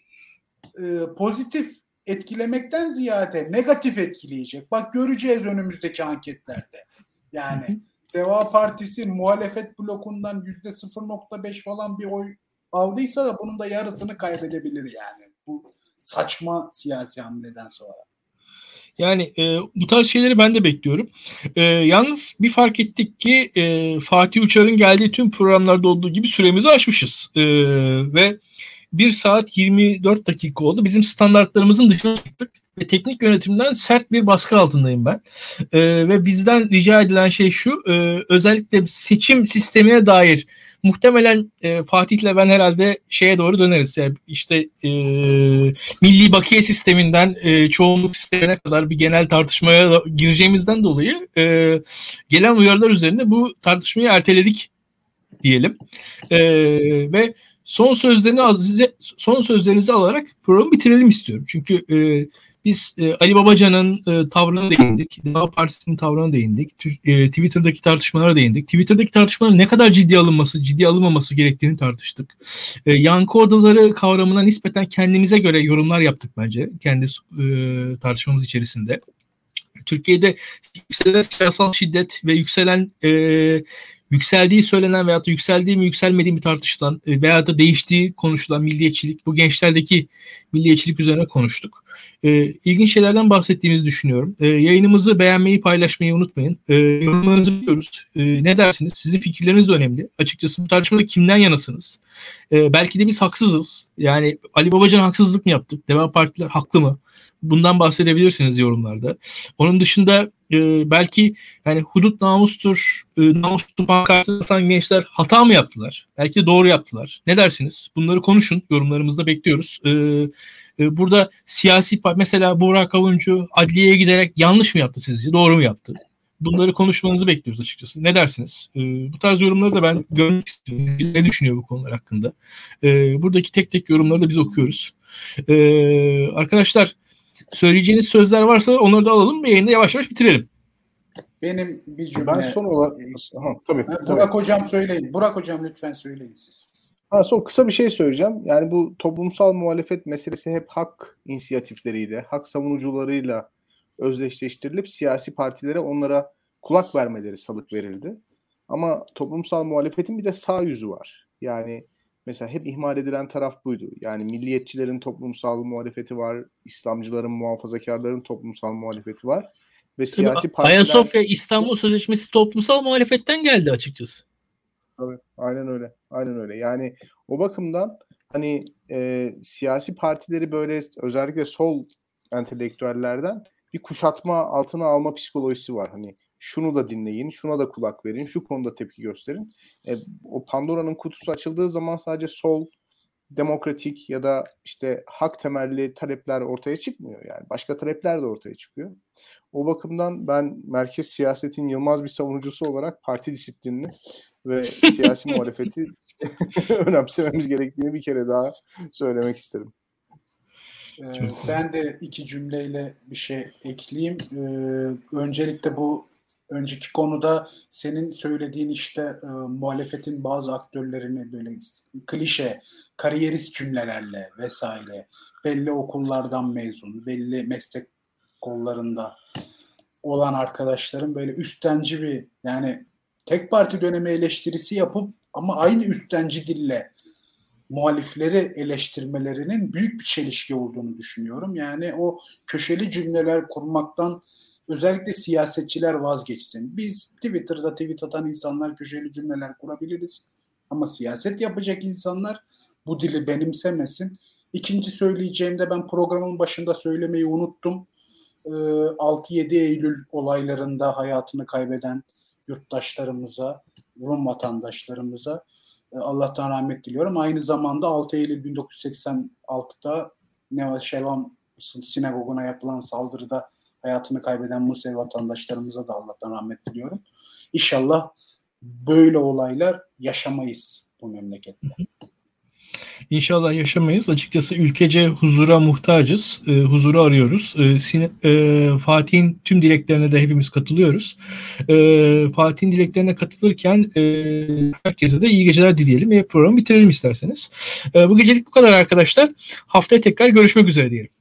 Pozitif etkilemekten ziyade negatif etkileyecek. Bak göreceğiz önümüzdeki anketlerde. Yani Deva Partisi muhalefet blokundan %0.5 falan bir oy aldıysa da bunun da yarısını kaybedebilir yani. Bu saçma siyasi hamleden sonra. Yani bu tarz şeyleri ben de bekliyorum. Yalnız bir fark ettik ki Fatih Uçar'ın geldiği tüm programlarda olduğu gibi süremizi aşmışız. Ve 1 saat 24 dakika oldu. Bizim standartlarımızın dışına çıktık. Ve teknik yönetimden sert bir baskı altındayım ben. Ve bizden rica edilen şey şu. Özellikle seçim sistemine dair muhtemelen Fatih'le ben herhalde şeye doğru döneriz. Yani işte milli bakiye sisteminden çoğunluk sistemine kadar bir genel tartışmaya gireceğimizden dolayı gelen uyarılar üzerine bu tartışmayı erteledik diyelim. Ve son sözlerinizi alarak programı bitirelim istiyorum. Çünkü biz Ali Babacan'ın tavrına değindik. Deva Partisi'nin tavrına değindik. Twitter'daki tartışmalara değindik. Twitter'daki tartışmaların ne kadar ciddi alınmaması gerektiğini tartıştık. Yankı odaları kavramına nispeten kendimize göre yorumlar yaptık bence. Kendi tartışmamız içerisinde. Türkiye'de yükselen siyasal şiddet ve yükseldiği söylenen veyahut da yükseldiği mi yükselmediği mi tartışılan veyahut da değiştiği konuşulan milliyetçilik, bu gençlerdeki milliyetçilik üzerine konuştuk. İlginç şeylerden bahsettiğimizi düşünüyorum. Yayınımızı beğenmeyi, paylaşmayı unutmayın. Yorumlarınızı biliyoruz. Ne dersiniz? Sizin fikirleriniz de önemli. Açıkçası bu tartışmada kimden yanasınız? Belki de biz haksızız. Yani Ali Babacan'a haksızlık mı yaptık? Deva Partiler haklı mı? Bundan bahsedebilirsiniz yorumlarda. Onun dışında belki yani hudut namustur, namuslu pankartı asan gençler hata mı yaptılar? Belki de doğru yaptılar. Ne dersiniz? Bunları konuşun. Yorumlarımızda bekliyoruz. Burada siyasi mesela Burak Avuncu adliyeye giderek yanlış mı yaptı sizce? Doğru mu yaptı? Bunları konuşmanızı bekliyoruz açıkçası. Ne dersiniz? Bu tarz yorumları da ben görmek istiyorum. Ne düşünüyor bu konular hakkında? Buradaki tek tek yorumları da biz okuyoruz. Arkadaşlar, söyleyeceğiniz sözler varsa onları da alalım ve yayını yavaş yavaş bitirelim. Benim bir cümle... Ben son olarak... Tabii. Burak Hocam söyleyin. Burak Hocam lütfen söyleyin siz. Son kısa bir şey söyleyeceğim. Yani bu toplumsal muhalefet meselesi hep hak inisiyatifleriyle, hak savunucularıyla özdeşleştirilip siyasi partilere onlara kulak vermeleri salık verildi. Ama toplumsal muhalefetin bir de sağ yüzü var. Yani mesela hep ihmal edilen taraf buydu. Yani milliyetçilerin toplumsal muhalefeti var, İslamcıların, muhafazakarların toplumsal muhalefeti var. Ve siyasi partiler... Ayasofya İstanbul Sözleşmesi toplumsal muhalefetten geldi açıkçası. Tabii, aynen öyle. Aynen öyle. Yani o bakımdan hani siyasi partileri böyle özellikle sol entelektüellerden bir kuşatma altına alma psikolojisi var. Hani şunu da dinleyin, şuna da kulak verin, şu konuda tepki gösterin. O Pandora'nın kutusu açıldığı zaman sadece sol, demokratik ya da işte hak temelli talepler ortaya çıkmıyor. Yani başka talepler de ortaya çıkıyor. O bakımdan ben merkez siyasetin yılmaz bir savunucusu olarak parti disiplinini ve siyasi muhalefeti önemsememiz gerektiğini bir kere daha söylemek isterim. Ben de iki cümleyle bir şey ekleyeyim. Öncelikle bu önceki konuda senin söylediğin işte muhalefetin bazı aktörlerini böyle klişe, kariyerist cümlelerle vesaire, belli okullardan mezun, belli meslek kollarında olan arkadaşların böyle üstenci bir, yani tek parti dönemi eleştirisi yapıp ama aynı üstenci dille muhalifleri eleştirmelerinin büyük bir çelişki olduğunu düşünüyorum. Yani o köşeli cümleler kurmaktan özellikle siyasetçiler vazgeçsin. Biz Twitter'da tweet atan insanlar köşeli cümleler kurabiliriz. Ama siyaset yapacak insanlar bu dili benimsemesin. İkinci söyleyeceğim de ben programın başında söylemeyi unuttum. 6-7 Eylül olaylarında hayatını kaybeden yurttaşlarımıza, Rum vatandaşlarımıza Allah'tan rahmet diliyorum. Aynı zamanda 6 Eylül 1986'da Neva Şevam sinagoguna yapılan saldırıda hayatını kaybeden Musevi vatandaşlarımıza da Allah'tan rahmet diliyorum. İnşallah böyle olaylar yaşamayız bu memlekette. İnşallah yaşamayız. Açıkçası ülkece huzura muhtacız. Huzuru arıyoruz. Fatih'in tüm dileklerine de hepimiz katılıyoruz. Fatih'in dileklerine katılırken herkese de iyi geceler dileyelim ve programı bitirelim isterseniz. Bu gecelik bu kadar arkadaşlar. Haftaya tekrar görüşmek üzere diyelim.